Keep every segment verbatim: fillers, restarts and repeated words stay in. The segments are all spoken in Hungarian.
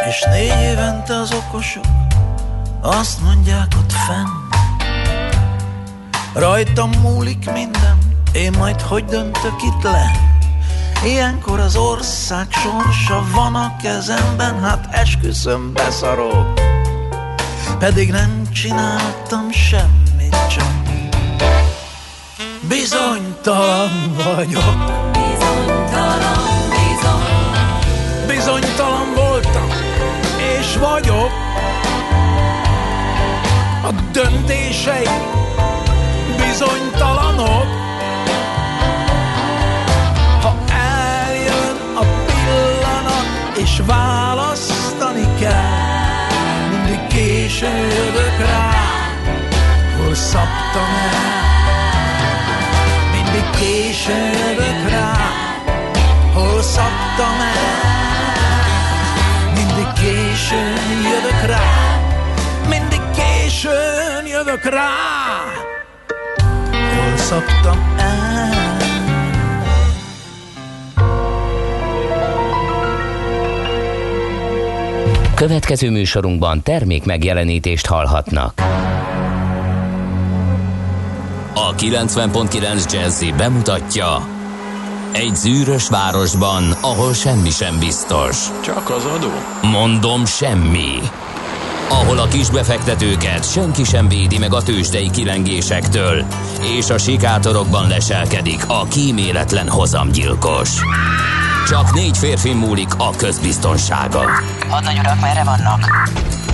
és négy évente az okosok azt mondják ott fenn, rajtam múlik minden, én majd hogy döntök itt le. Ilyenkor az ország sorsa van a kezemben, hát esküszöm beszarok, pedig nem csináltam semmit, csak bizonytalan vagyok. Bizonytalan, bizony. Bizonytalan voltam, és vagyok. A döntéseim bizonytalanok. Ha eljön a pillanat, és választani kell, mindig későn jövök rá, hol szabtam el. Mindig későn jövök rá, hol szabtam el. Mindig későn jövök rá, mindig későn jövök rá, hol szabtam el. Következő műsorunkban termék megjelenítést hallhatnak. A kilencven pont kilenc Jazzy bemutatja: egy zűrös városban, ahol semmi sem biztos. Csak az adó? Mondom, semmi. Ahol a kisbefektetőket senki sem védi meg a tőzsdei kilengésektől, és a sikátorokban leselkedik a kíméletlen hozamgyilkos. Csak négy férfi múlik a közbiztonsága. Hadnagy urak, merre vannak?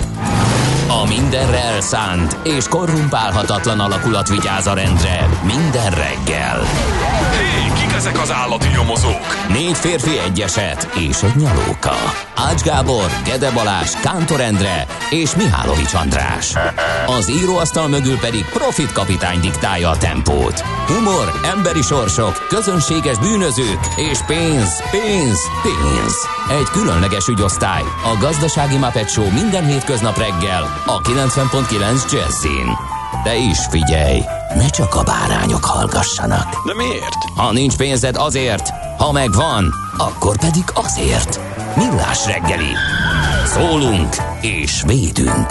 A mindenre elszánt és korrumpálhatatlan alakulat vigyáz a rendre minden reggel. Hé, kik ezek az állati nyomozók? Négy férfi, egy eset és egy nyalóka. Ács Gábor, Gede Balázs, Kántor Endre és Mihálovics András. Az íróasztal mögül pedig Profit kapitány diktálja a tempót. Humor, emberi sorsok, közönséges bűnözők és pénz, pénz, pénz. Egy különleges ügyosztály, a Gazdasági Muppet Show minden hétköznap reggel a kilencven pont kilenc Jazzin. De is figyelj, ne csak a bárányok hallgassanak. De miért? Ha nincs pénzed, azért, ha megvan, akkor pedig azért. Millás reggeli. Szólunk és védünk.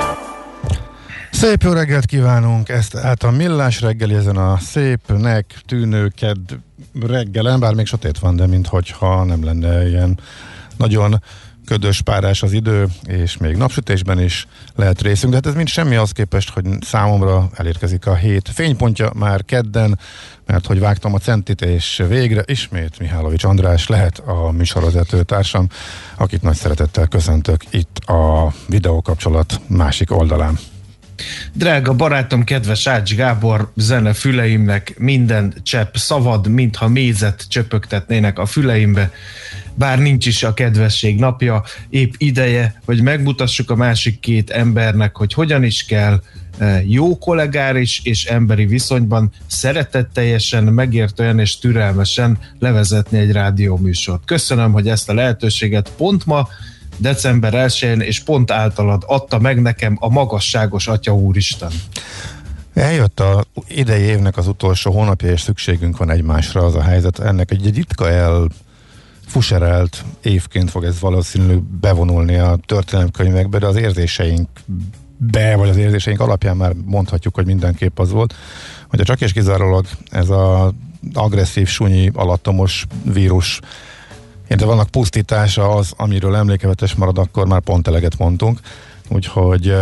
Szép jó reggelt kívánunk, ezt hát a Millás reggeli ezen a szépnek tűnő kedd reggelen, bár még sötét van, de minthogyha nem lenne ilyen nagyon ködös párás az idő, és még napsütésben is lehet részünk, de hát ez mind semmi az képest, hogy számomra elérkezik a hét fénypontja már kedden, mert hogy vágtam a centit, és végre ismét Mihálovics András lehet a műsorvezető társam, akit nagy szeretettel köszöntök itt a videókapcsolat másik oldalán. Drága barátom, kedves Ács Gábor, zene füleimnek minden csepp szavad, mintha mézet csöpögtetnének a füleimbe, bár nincs is a kedvesség napja, épp ideje, hogy megmutassuk a másik két embernek, hogy hogyan is kell jó kollégáris és emberi viszonyban szeretetteljesen, megértően és türelmesen levezetni egy rádióműsort. Köszönöm, hogy ezt a lehetőséget pont ma, december elsején és pont általad adta meg nekem a magasságos Atya Úristen. Eljött a idei évnek az utolsó hónapja, és szükségünk van egymásra, az a helyzet. Ennek egy, egy ritka el fuserelt évként fog ez valószínűleg bevonulni a történelemkönyvekbe, de az érzéseinkbe, vagy az érzéseink alapján már mondhatjuk, hogy mindenképp az volt, hogy a csak és kizárólag ez az agresszív, sunyi, alattomos vírus, de vannak pusztítása az, amiről emlékevetes marad, akkor már pont eleget mondtunk. Úgyhogy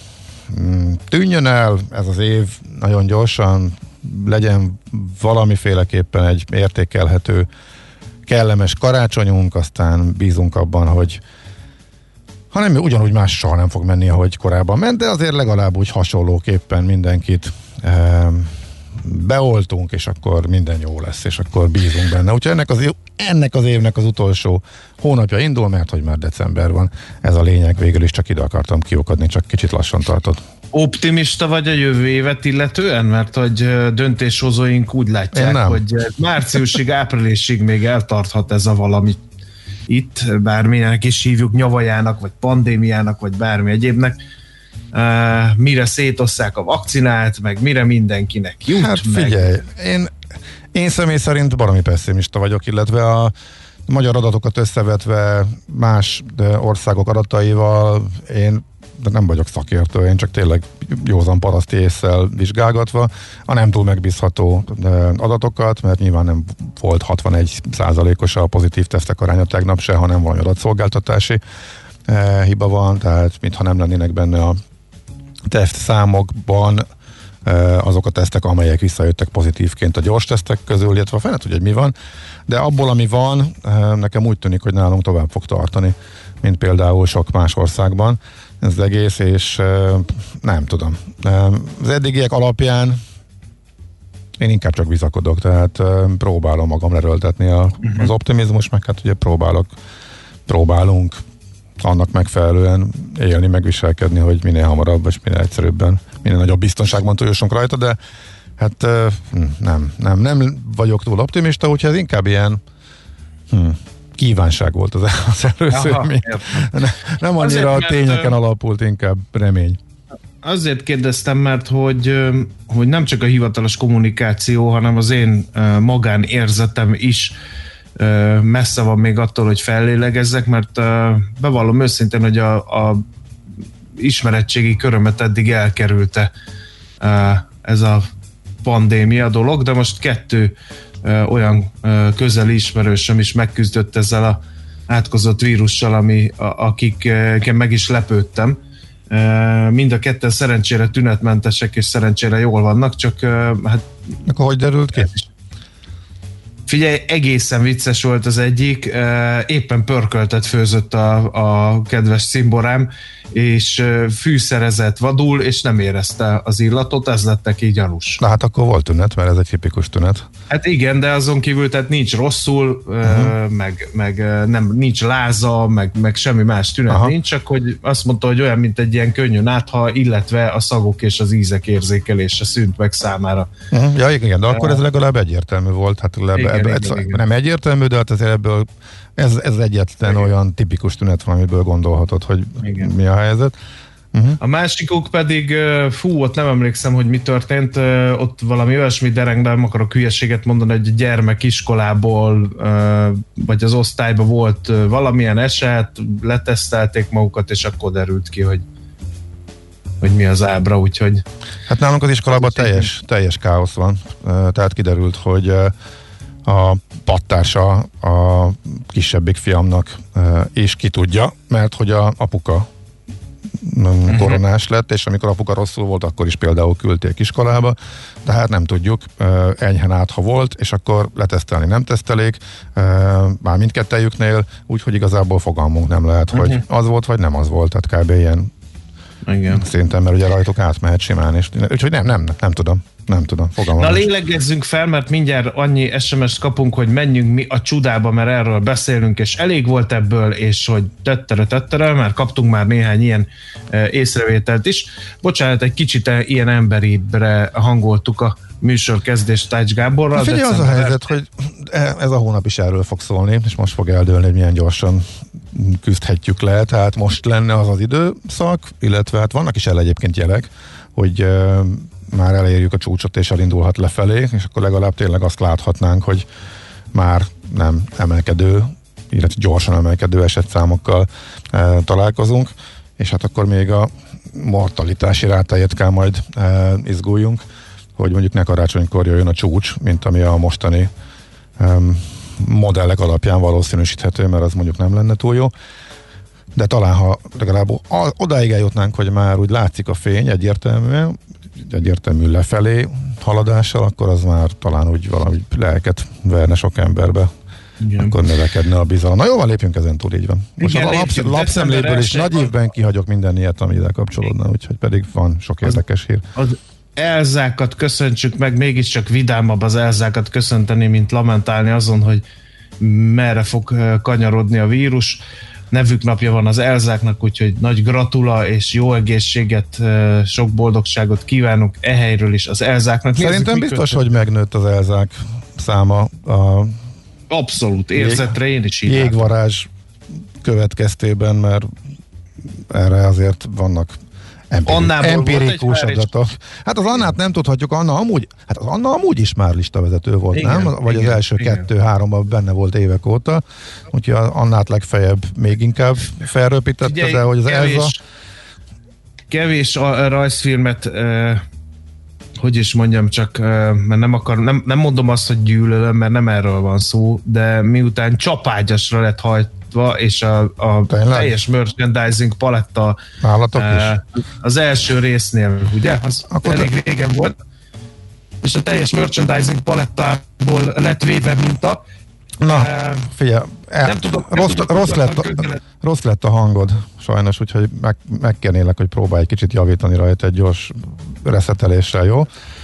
tűnjön el ez az év nagyon gyorsan, legyen valamiféleképpen egy értékelhető, kellemes karácsonyunk, aztán bízunk abban, hogy ha nem, ugyanúgy más soha nem fog menni, ahogy korábban ment, de azért legalább úgy hasonlóképpen mindenkit e, beoltunk, és akkor minden jó lesz, és akkor bízunk benne. Úgyhogy ennek az, ennek az évnek az utolsó hónapja indul, mert hogy már december van. Ez a lényeg, végül is csak ide akartam kiokadni, csak kicsit lassan tartott. Optimista vagy a jövő évet illetően? Mert hogy döntéshozóink úgy látják, hogy márciusig, áprilisig még eltarthat ez a valami itt, bármilyenek is hívjuk, nyavajának, vagy pandémiának, vagy bármi egyébnek. Uh, mire szétosszák a vakcinát, meg mire mindenkinek jut. Hát figyelj, meg... én, én személy szerint baromi pessimista vagyok, illetve a magyar adatokat összevetve más országok adataival én de nem vagyok szakértő, én csak tényleg józan paraszti ésszel vizsgálgatva a nem túl megbízható adatokat, mert nyilván nem volt hatvanegy százalékos a pozitív tesztek aránya tegnap se, hanem valami adatszolgáltatási eh, hiba van, tehát mintha nem lennének benne a teszt számokban eh, azok a tesztek, amelyek visszajöttek pozitívként a gyors tesztek közül, illetve fel tudja, hogy mi van, de abból, ami van, eh, nekem úgy tűnik, hogy nálunk tovább fog tartani, mint például sok más országban ez az egész, és uh, nem tudom. Uh, az eddigiek alapján én inkább csak bizakodok, tehát uh, próbálom magam leröltetni a, uh-huh. az optimizmus, meg hát ugye próbálok, próbálunk annak megfelelően élni, megviselkedni, hogy minél hamarabb és minél egyszerűbben, minél nagyobb biztonságban túljussunk rajta, de hát uh, nem, nem, nem vagyok túl optimista, úgyhogy ez inkább ilyen hm, kívánság volt az, az először. Aha, nem, nem annyira azért, a tényeken mert, alapult, inkább remény. Azért kérdeztem, mert hogy, hogy nem csak a hivatalos kommunikáció, hanem az én magánérzetem is messze van még attól, hogy fellélegezzek, mert bevallom őszintén, hogy a, a ismeretségi körömet eddig elkerülte ez a pandémia dolog, de most kettő olyan közeli ismerősöm is megküzdött ezzel a átkozott vírussal, ami, a, akikkel meg is lepődtem. Mind a ketten szerencsére tünetmentesek, és szerencsére jól vannak, csak hát... Akkor hogy derült ki? Figyelj, egészen vicces volt az egyik, éppen pörköltet főzött a, a kedves cimborám, és fűszerezett vadul, és nem érezte az illatot, ez lett neki gyanús. Na hát akkor volt tünet, mert ez egy tipikus tünet. Hát igen, de azon kívül tehát nincs rosszul, uh-huh. meg, meg nem, nincs láza, meg, meg semmi más tünet Aha. nincs, csak hogy azt mondta, hogy olyan, mint egy ilyen könnyű nátha, illetve a szagok és az ízek érzékelése szűnt meg számára. Uh-huh. Ja igen, de akkor ez legalább egyértelmű volt. Hát legalább, igen, ebből, igen, egy, igen. Nem egyértelmű, de hát azért ebből ez, ez egyetlen igen. olyan tipikus tünet van, amiből gondolhatod, hogy igen. mi a helyzet. Uh-huh. A másikuk pedig, fú, ott nem emlékszem, hogy mi történt, ott valami olyasmi dereng, de nem akarok hülyeséget mondani, hogy a gyermek iskolából, vagy az osztályban volt valamilyen eset, letesztelték magukat, és akkor derült ki, hogy, hogy mi az ábra, úgyhogy... Hát nálunk az iskolában teljes, teljes káosz van, tehát kiderült, hogy a pattársa a kisebbik fiamnak, és ki tudja, mert hogy a apuka uh-huh. koronás lett, és amikor apuka rosszul volt, akkor is például küldték iskolába, de hát nem tudjuk, enyhen átha volt, és akkor letesztelni nem tesztelék, már mindkettejüknél, úgyhogy igazából fogalmunk nem lehet, uh-huh. hogy az volt, vagy nem az volt, tehát kb. Ilyen igen. szinten, mert ugye rajtuk átmehet simán, és úgyhogy nem, nem, nem tudom. Nem tudom, fogalmam. Na lélegezzünk fel, mert mindjárt annyi es em es-t kapunk, hogy menjünk mi a csudába, mert erről beszélünk, és elég volt ebből, és hogy tettere, tettere, mert kaptunk már néhány ilyen e, észrevételt is. Bocsánat, egy kicsit e, ilyen emberibbre hangoltuk a műsor kezdést Tács Gáborral. Figyelj, az a helyzet, hogy ez a hónap is erről fog szólni, és most fog eldőlni, hogy milyen gyorsan küzdhetjük le, tehát most lenne az az időszak, illetve hát vannak is el egyébként jelek, hogy e, már elérjük a csúcsot, és elindulhat lefelé, és akkor legalább tényleg azt láthatnánk, hogy már nem emelkedő, illetve gyorsan emelkedő esetszámokkal e, találkozunk, és hát akkor még a mortalitási rátáért kell majd e, izguljunk, hogy mondjuk ne karácsonykor jöjjön a csúcs, mint ami a mostani e, modellek alapján valószínűsíthető, mert az mondjuk nem lenne túl jó. De talán, ha legalább odáig eljutnánk, hogy már úgy látszik a fény egyértelműen, egyértelmű lefelé haladással, akkor az már talán úgy valami lelket verne sok emberbe. Igen. Akkor növekedne a bizalom. Na jó, van, lépjünk ezen túl, így van. Most igen, a lapsz, lapszemléből is nagy évben kihagyok minden ilyet, ami ide kapcsolódna, úgyhogy pedig van sok érdekes hír. Az Elzákat köszöntsük meg, mégiscsak vidámabb az Elzákat köszönteni, mint lamentálni azon, hogy merre fog kanyarodni a vírus. Nevük napja van az Elzáknak, úgyhogy nagy gratula és jó egészséget, sok boldogságot kívánunk e helyről is az Elzáknak. Szerintem biztos, kötött. Hogy megnőtt az Elzák száma. A abszolút, érzetre én is így jégvarázs következtében, mert erre azért vannak Annából empirikus volt egy adatok. Hát az Annát nem tudhatjuk, Anna amúgy, hát az Anna amúgy is már listavezető volt, igen, nem? Vagy igen, az első kettő-háromban benne volt évek óta, úgyhogy az Annát legfeljebb még inkább felröpítette, de hogy az kevés, Elza... Kevés a rajzfilmet eh, hogy is mondjam, csak eh, mert nem akar, nem, nem mondom azt, hogy gyűlölöm, mert nem erről van szó, de miután csapágyasra lett hajtva, és a, a teljes merchandising paletta eh, az első résznél, ugye? Az akkor elég régen volt. És a teljes merchandising palettából lett véve minta. Na, figyelj, el, nem tudom, rossz, nem rossz, lett a, rossz lett a hangod, sajnos, úgyhogy meg, megkérnélek, hogy próbálj egy kicsit javítani rajta egy gyors reszeteléssel, jó?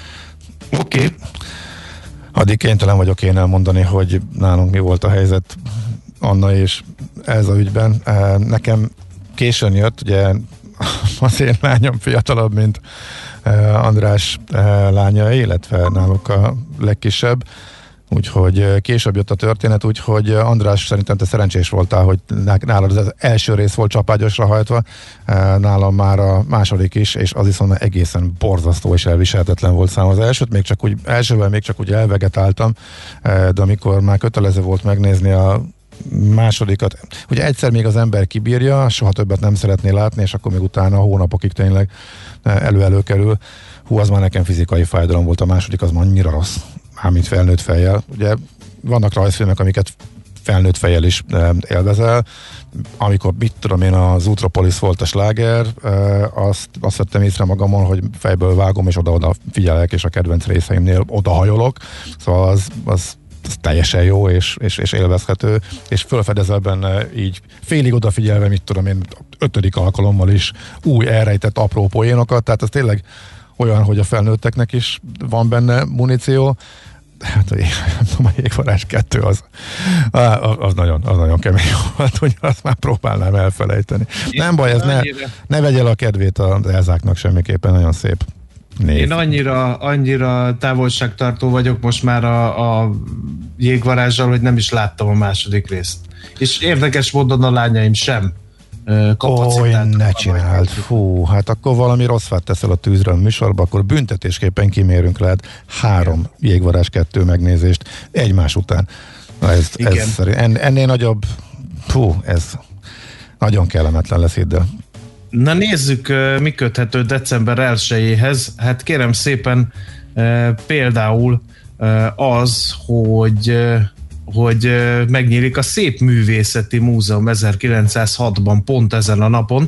Oké. Okay. Addig kénytelen vagyok én elmondani, hogy nálunk mi volt a helyzet Anna és ez a ügyben. Nekem későn jött, ugye az én lányom fiatalabb, mint András lánya, illetve náluk a legkisebb, úgyhogy később jött a történet, úgyhogy András, szerintem te szerencsés voltál, hogy nálad az első rész volt csapágyasra hajtva, nálam már a második is, és az viszont egészen borzasztó és elviselhetetlen volt számomra. Az elsőt még csak úgy, elsővel még csak úgy elvegetáltam, de amikor már kötelező volt megnézni a másodikat, ugye egyszer még az ember kibírja, soha többet nem szeretné látni, és akkor még utána hónapokig tényleg elő-elő kerül. Hú, az már nekem fizikai fájdalom volt, a második az már annyira rossz, már mint felnőtt fejjel. Ugye vannak rajzfilmek, amiket felnőtt fejjel is élvezel. Amikor, mit tudom én, az Ultrapolis volt a sláger, azt, azt vettem észre magamon, hogy fejből vágom, és oda-oda figyelek, és a kedvenc részeimnél odahajolok. Szóval az, az ez teljesen jó és, és, és élvezhető, és fölfedezel benne így félig odafigyelve, mit tudom én, ötödik alkalommal is új elrejtett apró poénokat, tehát ez tényleg olyan, hogy a felnőtteknek is van benne muníció. Hát a, a Jégvarázs kettő az, az, nagyon, az nagyon kemény volt, hogy azt már próbálnám elfelejteni. Én nem baj, ez ne, ne vegye el a kedvét az Elzáknak semmiképpen, nagyon szép. Nézd. Én annyira, annyira távolságtartó vagyok most már a, a Jégvarázssal, hogy nem is láttam a második részt. És érdekes módon a lányaim sem kapacitát. Ó, ne csináld. Fú, hát akkor valami rossz fát teszel a tűzről a műsorba, akkor büntetésképpen kimérünk lehet három Jégvarázs kettő megnézést egymás után. Na ez, ez en, ennél nagyobb, fú, ez nagyon kellemetlen lesz ide. Na nézzük, mi köthető december elsejéhez. Hát kérem szépen például az, hogy, hogy megnyílik a Szépművészeti Múzeum ezerkilencszázhatban pont ezen a napon,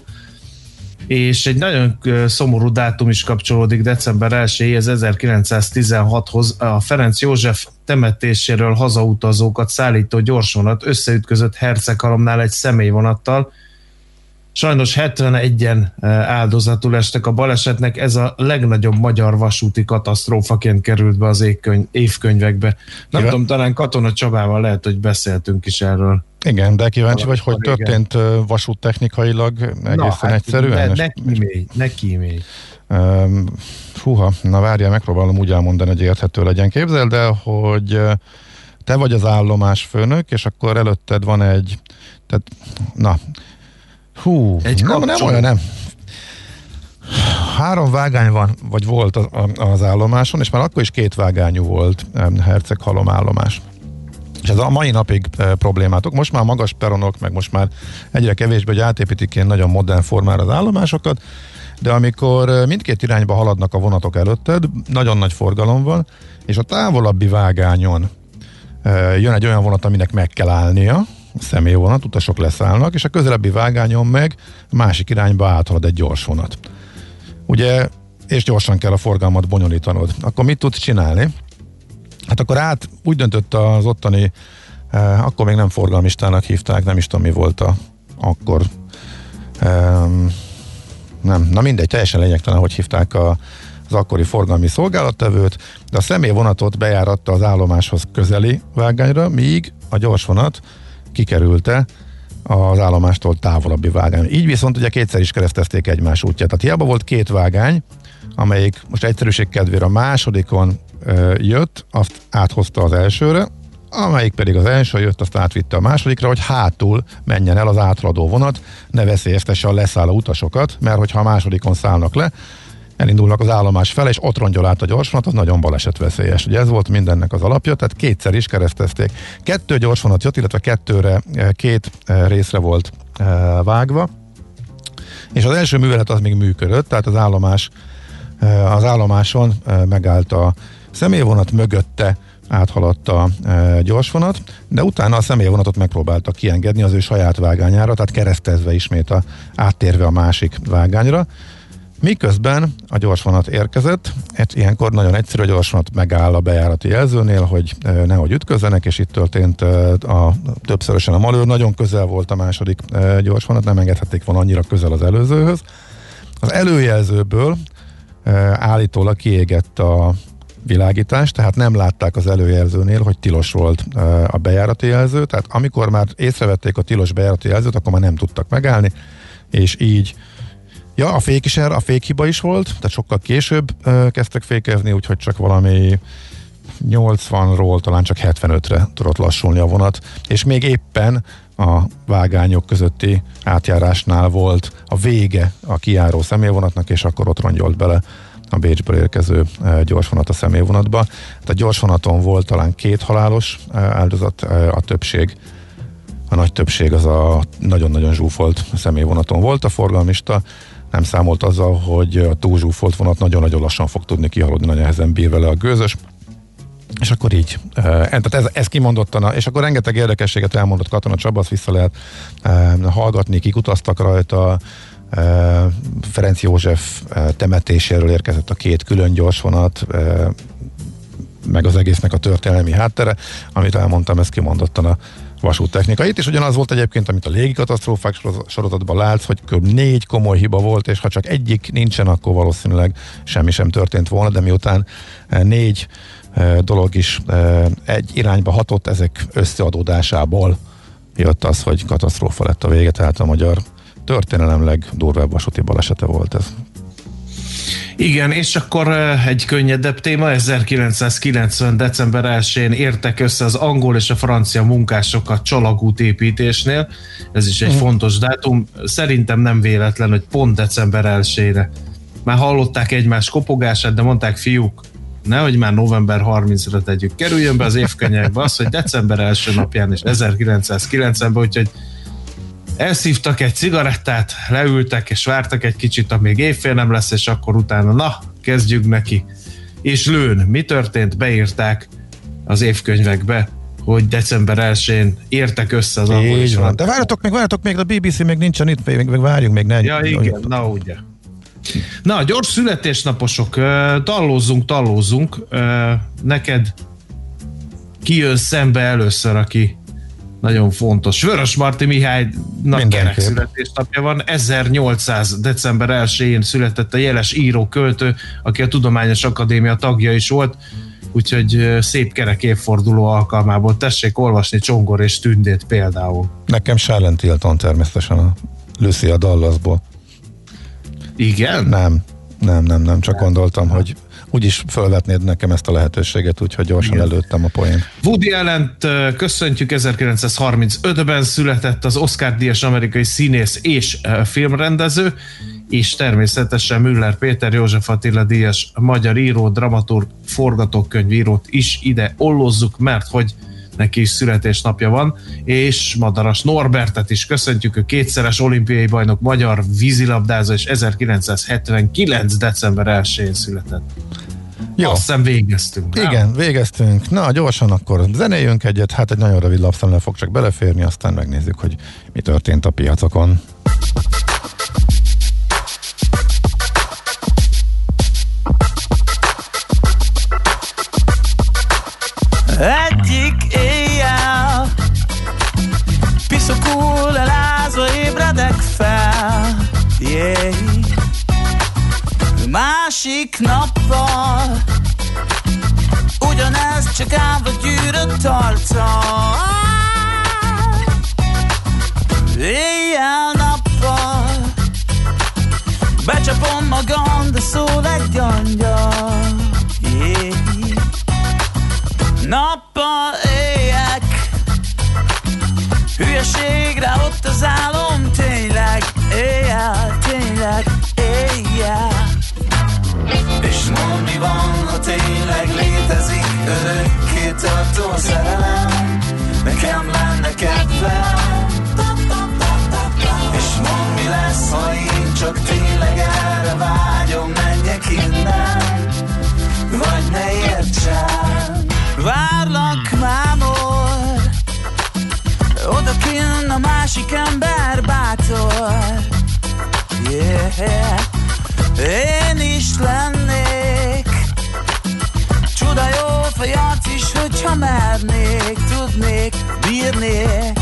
és egy nagyon szomorú dátum is kapcsolódik december elsejéhez, ezerkilencszáztizenhathoz. A Ferenc József temetéséről hazautazókat szállító gyorsvonat összeütközött Herceghalomnál egy személyvonattal. Sajnos hetvenegyen áldozatul estek a balesetnek, ez a legnagyobb magyar vasúti katasztrófaként került be az évkönyv, évkönyvekbe. Nem Igen. tudom, talán Katona Csabával lehet, hogy beszéltünk is erről. Igen, de kíváncsi vagy, hogy történt vasúttechnikailag egészen na, hát egyszerűen? Ne, ne kímélj, ne kímélj. Um, fúha, na várjál, megpróbálom úgy elmondani, hogy érthető legyen. Képzeld el, hogy te vagy az állomás főnök, és akkor előtted van egy, tehát, na, hú, egy nem, nem olyan, nem. Három vágány van, vagy volt az, az állomáson, és már akkor is két vágányú volt Herceghalom állomás. És ez a mai napig e, problémátok. Most már magas peronok, meg most már egyre kevésbé, hogy átépítik ilyen nagyon modern formára az állomásokat, de amikor mindkét irányba haladnak a vonatok előtted, nagyon nagy forgalom van, és a távolabbi vágányon e, jön egy olyan vonat, aminek meg kell állnia, személyvonat, utasok leszállnak, és a közelebbi vágányon meg másik irányba áthalad egy gyors vonat. Ugye, és gyorsan kell a forgalmat bonyolítanod. Akkor mit tudsz csinálni? Hát akkor át úgy döntött az ottani, eh, akkor még nem forgalmistának hívták, nem is tudom mi volt a, akkor eh, nem, na mindegy, teljesen lényegtelen, hogy hívták a, az akkori forgalmi szolgálattevőt, de a személyvonatot bejáratta az állomáshoz közeli vágányra, míg a gyorsvonat kikerülte az állomástól távolabbi vágány. Így viszont ugye kétszer is keresztezték egymás útját. Tehát hiába volt két vágány, amelyik most egyszerűség kedvére a másodikon ö, jött, azt áthozta az elsőre, amelyik pedig az első jött, azt átvitte a másodikra, hogy hátul menjen el az áthaladó vonat, ne veszélyeztesse a leszálló utasokat, mert hogyha a másodikon szállnak le, elindulnak az állomás fele, és ott rongyol át a gyorsvonat, az nagyon balesetveszélyes. Ugye ez volt mindennek az alapja, tehát kétszer is keresztezték. Kettő gyorsvonat jött, illetve kettőre, két részre volt vágva, és az első művelet az még működött, tehát az állomás, az állomáson megállt a személyvonat, mögötte áthaladt a gyorsvonat, de utána a személyvonatot megpróbálta kiengedni az ő saját vágányára, tehát keresztezve ismét a, áttérve a másik vágányra. Miközben a gyorsvonat érkezett, ilyenkor nagyon egyszerű, a gyorsvonat megáll a bejárati jelzőnél, hogy nehogy ütközzenek, és itt történt a, többszörösen a malőr, nagyon közel volt a második gyorsvonat, nem engedhették volna annyira közel az előzőhöz. Az előjelzőből állítólag kiégett a világítás, tehát nem látták az előjelzőnél, hogy tilos volt a bejárati jelző, tehát amikor már észrevették a tilos bejárati jelzőt, akkor már nem tudtak megállni, és így ja, a fék is erre, a fékhiba is volt, tehát sokkal később uh, kezdtek fékezni, úgyhogy csak valami nyolcvanról talán csak hetvenötre tudott lassulni a vonat, és még éppen a vágányok közötti átjárásnál volt a vége a kijáró személyvonatnak, és akkor ott rongyolt bele a Bécsből érkező uh, gyorsvonat a személyvonatba. Hát a gyorsvonaton volt talán két halálos uh, áldozat, uh, a többség a nagy többség az a nagyon-nagyon zsúfolt személyvonaton volt. A forgalmista nem számolt azzal, hogy a túl zsúfolt vonat nagyon-nagyon lassan fog tudni kihaladni, nagyon nehezen bír vele a gőzös. És akkor így, e, tehát ez, ez kimondottan, és akkor rengeteg érdekességet elmondott Katona Csaba, azt vissza lehet e, hallgatni, kik utaztak rajta, e, Ferenc József e, temetéséről érkezett a két külön gyorsvonat, e, meg az egésznek a történelmi háttere, amit elmondtam, ez kimondottan a vasúttechnika. Itt is ugyanaz volt egyébként, amit a légikatasztrófák sorozatban látsz, hogy kb. négy komoly hiba volt, és ha csak egyik nincsen, akkor valószínűleg semmi sem történt volna, de miután négy dolog is egy irányba hatott, ezek összeadódásából jött az, hogy katasztrófa lett a vége, tehát a magyar történelem legdurvább vasúti balesete volt ez. Igen, és akkor egy könnyedebb téma, ezerkilencszázkilencven. december elsején értek össze az angol és a francia munkások a Csalagút építésnél. Ez is egy mm. fontos dátum. Szerintem nem véletlen, hogy pont december elsejére. Már hallották egymás kopogását, de mondták, fiúk, nehogy már november harmincadikra tegyük. Kerüljön be az évkönyvekbe az, hogy december első napján és ezerkilencszázkilencvenben, úgyhogy elszívtak egy cigarettát, leültek és vártak egy kicsit, amíg évfél nem lesz, és akkor utána, na, kezdjük neki. És lőn, mi történt? Beírták az évkönyvekbe, hogy december elsején értek össze az angol és van. De várjatok még, várjatok még, a bé bé cé még nincsen itt, még, még várjunk még. Ne, ja, igen, na ugye. Na, gyors születésnaposok, tallózzunk, tallózzunk. Neked ki jön szembe először, aki nagyon fontos. Vörösmarty Mihálynak kerek születésnapja van. ezernyolcszáz. december elsején született a jeles író költő, aki a Tudományos Akadémia tagja is volt, úgyhogy szép kerek évforduló alkalmából tessék olvasni Csongor és Tündét például. Nekem Sharon Tilton természetesen, a Lucy a Dallasból. Igen? Nem, nem, nem, nem, csak nem. Gondoltam, hogy úgyis felvetnéd nekem ezt a lehetőséget, úgyhogy gyorsan igen. Előttem a poént. Woody Allent köszöntjük, ezerkilencszázharmincötben született, az Oscar-díjas amerikai színész és filmrendező, és természetesen Müller Péter, József Attila díjas magyar író, dramaturg, forgatókönyvírót is ide ollozzuk, mert hogy neki is születésnapja van, és Madaras Norbertet is köszöntjük, ő kétszeres olimpiai bajnok, magyar vízilabdázó, és ezerkilencszázhetvenkilenc. december elsején született. Jó. Azt hiszem végeztünk. Nem? Igen, végeztünk. Na, gyorsan akkor zenéljünk egyet, hát egy nagyon rövid lapszemle fog csak beleférni, aztán megnézzük, hogy mi történt a piacokon. Egyik éjjel piszokul elázva ébredek fel, yeah. Másik nappal ugyanez, csak állva gyűrött arccal. Éjjel-nappal becsapom magam, de szól egy angyal, yeah. Nappal, éjjel Hülyeségre ott az álom, tényleg, éjjel, tényleg, éjjel. És mondd, mi van, ha tényleg létezik örökké tartó szerelem, nekem lenne kedvem. És mondd, mi lesz, ha én csak tényleg erre vágyom, menjek innen, vagy ne értsem. Várlak, mámor, odakinn a másik ember bátor. Yeah, én is lennék csuda jó fejarc is, hogyha mernék, tudnék, bírnék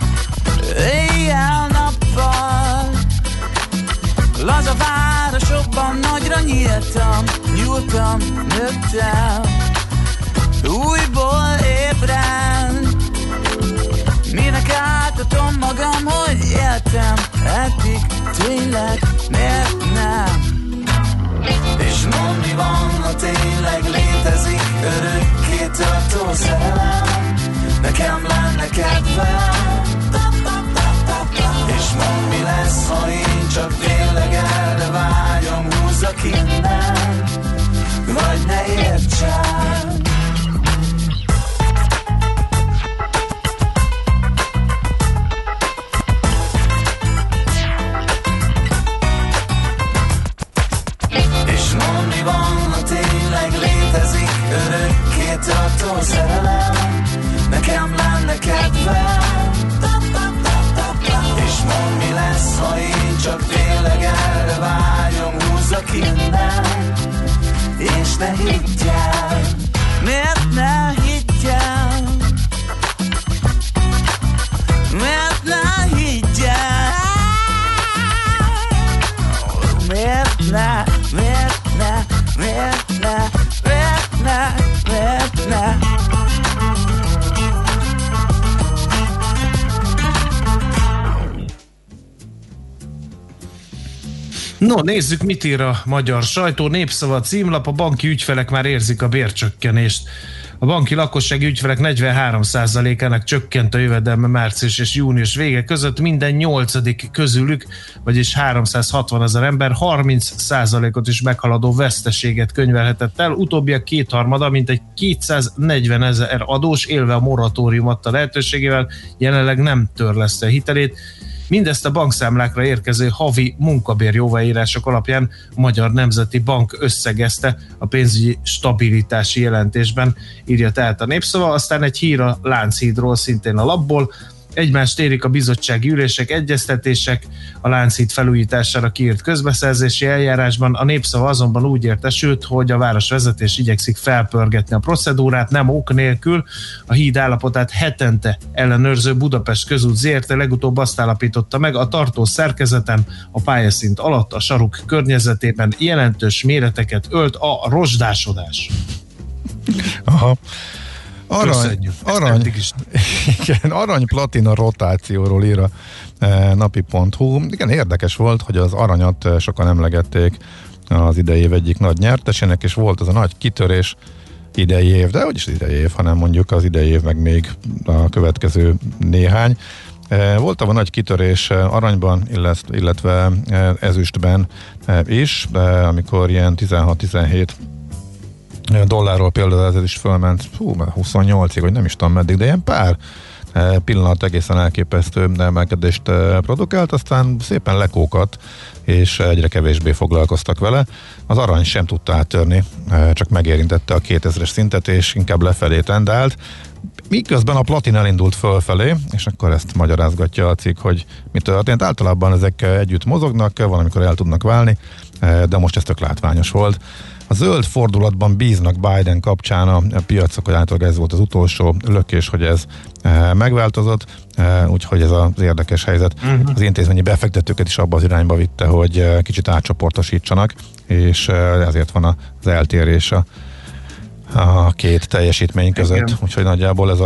éjjel-nappal. Laza városokban nagyra nyíltam, nyúltam, nőttem, újból ébren. Minek átadom magam, hogy éltem eddig, tényleg, miért nem? És mondd, mi van, ha tényleg létezik örökké tartó szerelem, nekem lenne kedvem. És mondd, mi lesz, ha én csak tényleg erre vágyom, húzzak innen, vagy ne értsem. Örökké tartó szerelem, nekem lenne kedvem. És mondd, mi lesz, ha én csak tényleg erre vágyom, húzzak innen, és ne higgyel. Miért ne higgyel? Miért ne higgyel? Miért ne, miért ne, miért ne, miért ne, miért ne? No, nézzük, mit ír a magyar sajtó. Népszava címlap: a banki ügyfelek már érzik a bércsökkenést. A banki lakossági ügyfelek negyvenhárom százalékának csökkent a jövedelme március és június vége között, minden nyolcadik közülük, vagyis háromszázhatvanezer ember harminc százalékot is meghaladó veszteséget könyvelhetett el. Utóbbiak kétharmada, mintegy kétszáznegyvenezer adós, élve a moratórium adta lehetőségével, jelenleg nem törleszte hitelét. Mindezt a bankszámlákra érkező havi munkabér jóváírások alapján a Magyar Nemzeti Bank összegezte a pénzügyi stabilitási jelentésben, írja tehát a Népszava. Aztán egy hír a Lánchídról, szintén a lapból. Egymást érik a bizottsági ülések, egyeztetések a Lánchíd felújítására kiírt közbeszerzési eljárásban. A Népszava azonban úgy értesült, hogy a városvezetés igyekszik felpörgetni a procedúrát, nem ok nélkül. A híd állapotát hetente ellenőrző Budapest Közút zé er té legutóbb azt állapította meg, a tartó szerkezeten a pályaszint alatt a saruk környezetében jelentős méreteket ölt a rozsdásodás. Aha. Arany, arany, igen, arany platina rotációról ír a e, napi pont hú. Igen, érdekes volt, hogy az aranyat sokan emlegették az idei év egyik nagy nyertesének, és volt az a nagy kitörés idei év, de hogy is idei év, hanem mondjuk az idei év, meg még a következő néhány. E, volt a nagy kitörés aranyban, illetve ezüstben is, de amikor ilyen tizenhat-tizenhét dollárról például ez is fölment hú, huszonnyolcig, vagy nem is tudom meddig, de ilyen pár pillanat egészen elképesztő emelkedést produkált, aztán szépen lekókat, és egyre kevésbé foglalkoztak vele. Az arany sem tudta áttörni, csak megérintette a kétezres szintet, és inkább lefelé tendált, miközben a platin elindult fölfelé, és akkor ezt magyarázgatja a cikk, hogy mi történt. Általában ezek együtt mozognak, valamikor el tudnak válni, de most ez tök látványos volt. A zöld fordulatban bíznak Biden kapcsán a piacok, hogy általában ez volt az utolsó lökés, hogy ez e, megváltozott, e, úgyhogy ez az érdekes helyzet. Uh-huh. Az intézményi befektetőket is abba az irányba vitte, hogy e, kicsit átcsoportosítsanak, és e, ezért van az eltérés a, a két teljesítmény között. Igen. Úgyhogy nagyjából ez a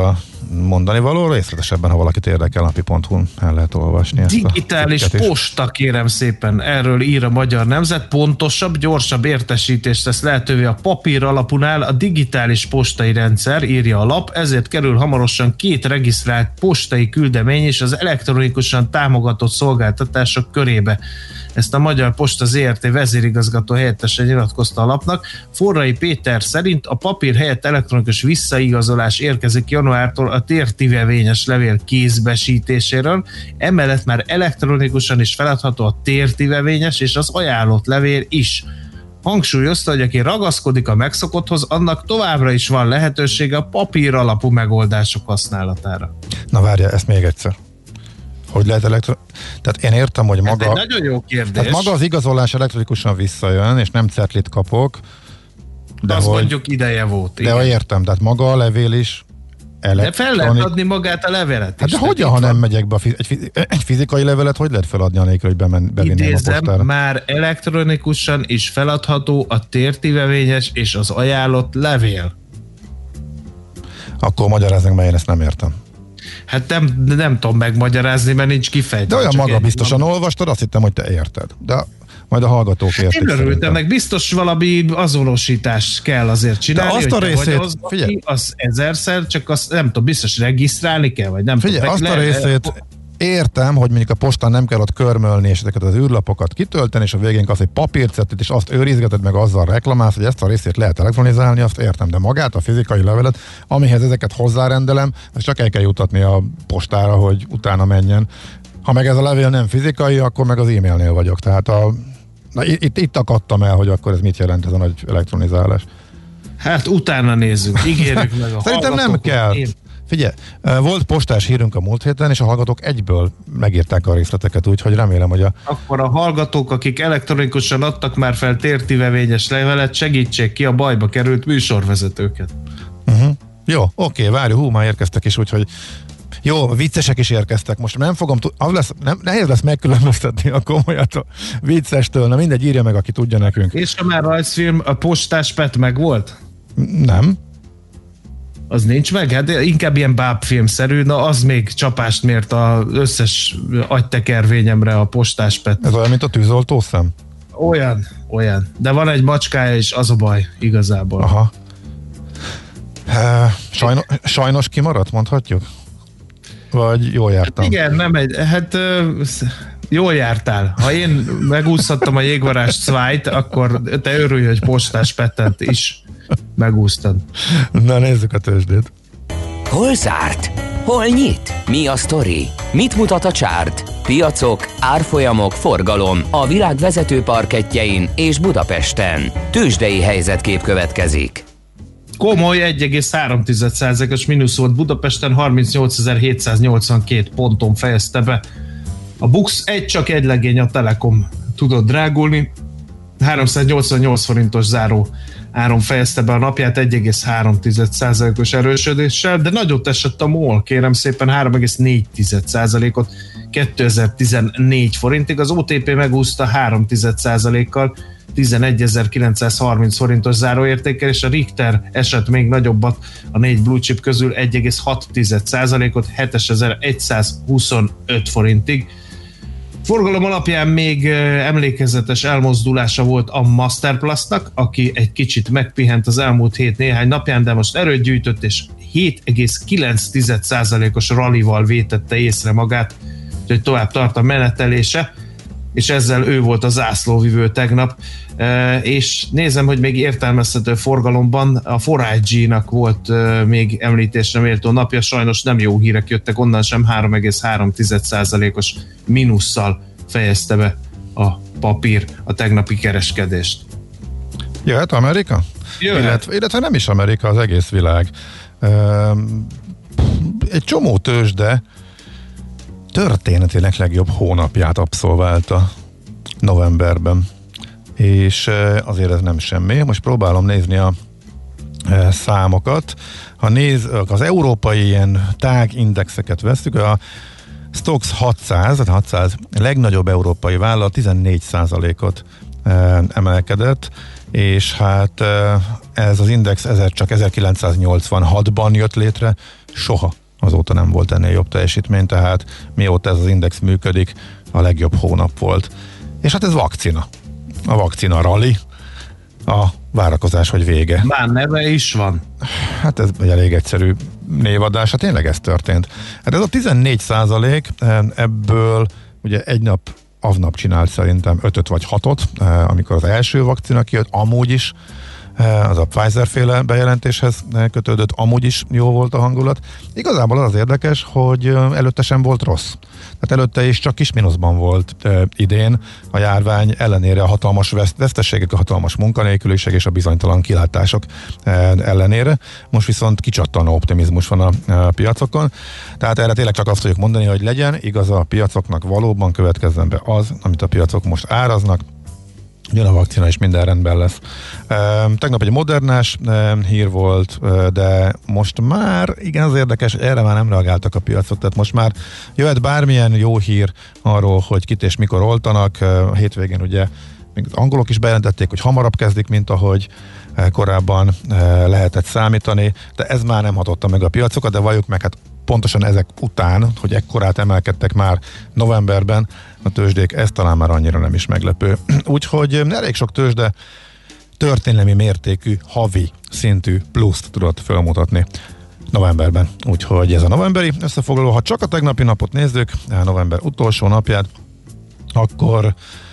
mondani való, részletesebben, ha valakit érdekel, napi pont hu-n el lehet olvasni. Digitális posta, kérem szépen, erről ír a Magyar Nemzet, pontosabb, gyorsabb értesítést tesz lehetővé a papír alapúnál a digitális postai rendszer, írja a lap, ezért kerül hamarosan két regisztrált postai küldemény és az elektronikusan támogatott szolgáltatások körébe. Ezt a Magyar Posta zé er té vezérigazgató helyettese nyilatkozta a lapnak. Forrai Péter szerint a papír helyett elektronikus visszaigazolás érkezik januártól a tértivevényes levél kézbesítéséről, emellett már elektronikusan is feladható a tértivevényes és az ajánlott levél is. Hangsúlyozta, hogy aki ragaszkodik a megszokotthoz, annak továbbra is van lehetősége a papír alapú megoldások használatára. Na várja, ezt még egyszer. Hogy lehet elektro... Tehát én értem, hogy maga... Ez egy nagyon jó kérdés. Tehát maga az igazolás elektronikusan visszajön, és nem certlit kapok. De azt hogy... mondjuk ideje volt. De igen. Értem, tehát maga a levél is elektronik... De fel lehet adni magát a levelet hát is. De hogyan, ha nem megyek be a fiz... egy, egy fizikai levelet, hogy lehet feladni anélkül, hogy bemen... bevinném Idézem, a postára? Már elektronikusan is feladható a tértivevényes és az ajánlott levél. Akkor magyaráznak, mert én ezt nem értem. Hát nem, nem tudom megmagyarázni, mert nincs kifejtve. De olyan maga biztosan van. Olvastad, azt hittem, hogy te érted. De majd a hallgatók hát értik. Én örültem, meg biztos valami azonosítást kell azért csinálni, de azt a részét, az, figyelj, az ezerszer, csak azt nem tudom, biztos regisztrálni kell, vagy nem figyelj, tudom. Azt a részét értem, hogy mondjuk a postán nem kell ott körmölni, és ezeket az űrlapokat kitölteni, és a végén az egy papírcetlit, és azt őrizgeted, meg azzal reklamálsz, hogy ezt a részét lehet elektronizálni, azt értem, de magát a fizikai levelet, amihez ezeket hozzárendelem, ezt csak el kell jutatni a postára, hogy utána menjen. Ha meg ez a levél nem fizikai, akkor meg az e-mailnél vagyok. Tehát a, na, itt, itt akadtam el, hogy akkor ez mit jelent ez a nagy elektronizálás. Hát utána nézzük, ígérjük meg a Szerintem nem kell. Én... Figyelj, volt postás hírünk a múlt héten, és a hallgatók egyből megírták a részleteket, úgyhogy remélem, hogy a... Akkor a hallgatók, akik elektronikusan adtak már fel tértivevényes levelet, segítsék ki a bajba került műsorvezetőket. Uh-huh. Jó, oké, várj, hú, már érkeztek is, úgyhogy jó, viccesek is érkeztek. Most nem fogom, az lesz, nem, nehéz lesz megkülönböztetni a komolyat a viccestől, na mindegy, írja meg, aki tudja nekünk. És ha már rajzfilm, a postás pet meg volt? Nem. Az nincs meg? Hát inkább ilyen bábfilmszerű, na az még csapást mért az összes agytekervényemre a postás pet. Ez olyan, mint a tűzoltószem? Olyan, olyan. De van egy macskája is, az a baj, igazából. Aha. Sajnos, sajnos kimaradt, mondhatjuk? Vagy jól jártam? Hát igen, nem egy, hát jól jártál. Ha én megúszhattam a jégvarázs Zweit, akkor te örülj, hogy postás petet is megúsztad. Na nézzük a tőzsdét. Hol zárt? Hol nyit? Mi a sztori? Mit mutat a csárt? Piacok, árfolyamok, forgalom a világ vezető parkettjein és Budapesten. Tőzsdei helyzetkép következik. Komoly egy egész három százalékos mínusz volt Budapesten, harmincnyolcezer-hétszáznyolcvankét ponton fejezte be. A Bux egy csak egy legény, a Telekom tudott drágulni, háromszáznyolcvannyolc forintos záró áron fejezte be a napját egy egész három százalékos erősödéssel, de nagyot esett a MOL, kérem szépen három egész négy százalékot kétezer-tizennégy forintig, az o té pé megúszta három százalékkal tizenegyezer-kilencszázharminc forintos záróértékkel, és a Richter esett még nagyobbat a négy blue chip közül egy egész hat százalékot hétezer-százhuszonöt forintig. Forgalom alapján még emlékezetes elmozdulása volt a Masterplastnak, aki egy kicsit megpihent az elmúlt hét néhány napján, de most erőt gyűjtött, és hét egész kilenc százalékos rallival vétette észre magát, hogy tovább tart a menetelése, és ezzel ő volt a zászlóvivő tegnap. És nézem, hogy még értelmezhető forgalomban a négy G-nak volt még említésre méltó napja, sajnos nem jó hírek jöttek, onnan sem három egész három százalékos mínusszal fejezte be a papír a tegnapi kereskedést. Jöhet Amerika? Jöhet. Illetve, illetve nem is Amerika, az egész világ. Egy csomó tőzsde történetileg legjobb hónapját abszolválta novemberben. És azért ez nem semmi. Most próbálom nézni a számokat. Ha néz, az európai ilyen tágindexeket veszük, a Stoxx hatszáz, tehát hatszáz legnagyobb európai vállalat tizennégy százalékot emelkedett, és hát ez az index ezer csak ezerkilencszáznyolcvanhatban jött létre, soha azóta nem volt ennél jobb teljesítmény, tehát mióta ez az index működik, a legjobb hónap volt. És hát ez vakcina. A vakcina rally. A várakozás, hogy vége. Már neve is van. Hát ez egy elég egyszerű névadás, hát tényleg ez történt. Hát ez a tizennégy százalék, ebből ugye egy nap, aznap csinált szerintem ötöt vagy hatot, amikor az első vakcina kijött, amúgy is, az a Pfizer-féle bejelentéshez kötődött, amúgy is jó volt a hangulat. Igazából az az érdekes, hogy előtte sem volt rossz. Tehát előtte is csak kis mínuszban volt e, idén a járvány ellenére, a hatalmas veszteségek, a hatalmas munkanélküliség és a bizonytalan kilátások e, ellenére. Most viszont kicsattanó optimizmus van a, a piacokon. Tehát erre tényleg csak azt tudjuk mondani, hogy legyen igaz a piacoknak, valóban következzen be az, amit a piacok most áraznak, jön a vakcina, és minden rendben lesz. E, tegnap egy Modernás e, hír volt, e, de most már, igen, az érdekes, erre már nem reagáltak a piacok, tehát most már jöhet bármilyen jó hír arról, hogy kit és mikor oltanak. A hétvégén ugye még az angolok is bejelentették, hogy hamarabb kezdik, mint ahogy korábban e, lehetett számítani, de ez már nem hatotta meg a piacokat, de valljuk meg, hát pontosan ezek után, hogy ekkorát emelkedtek már novemberben a tőzsdék, ez talán már annyira nem is meglepő. Úgyhogy elég sok tőzsde történelmi mértékű, havi szintű pluszt tudott felmutatni novemberben. Úgyhogy ez a novemberi összefoglaló. Ha csak a tegnapi napot nézzük, november utolsó napját, akkor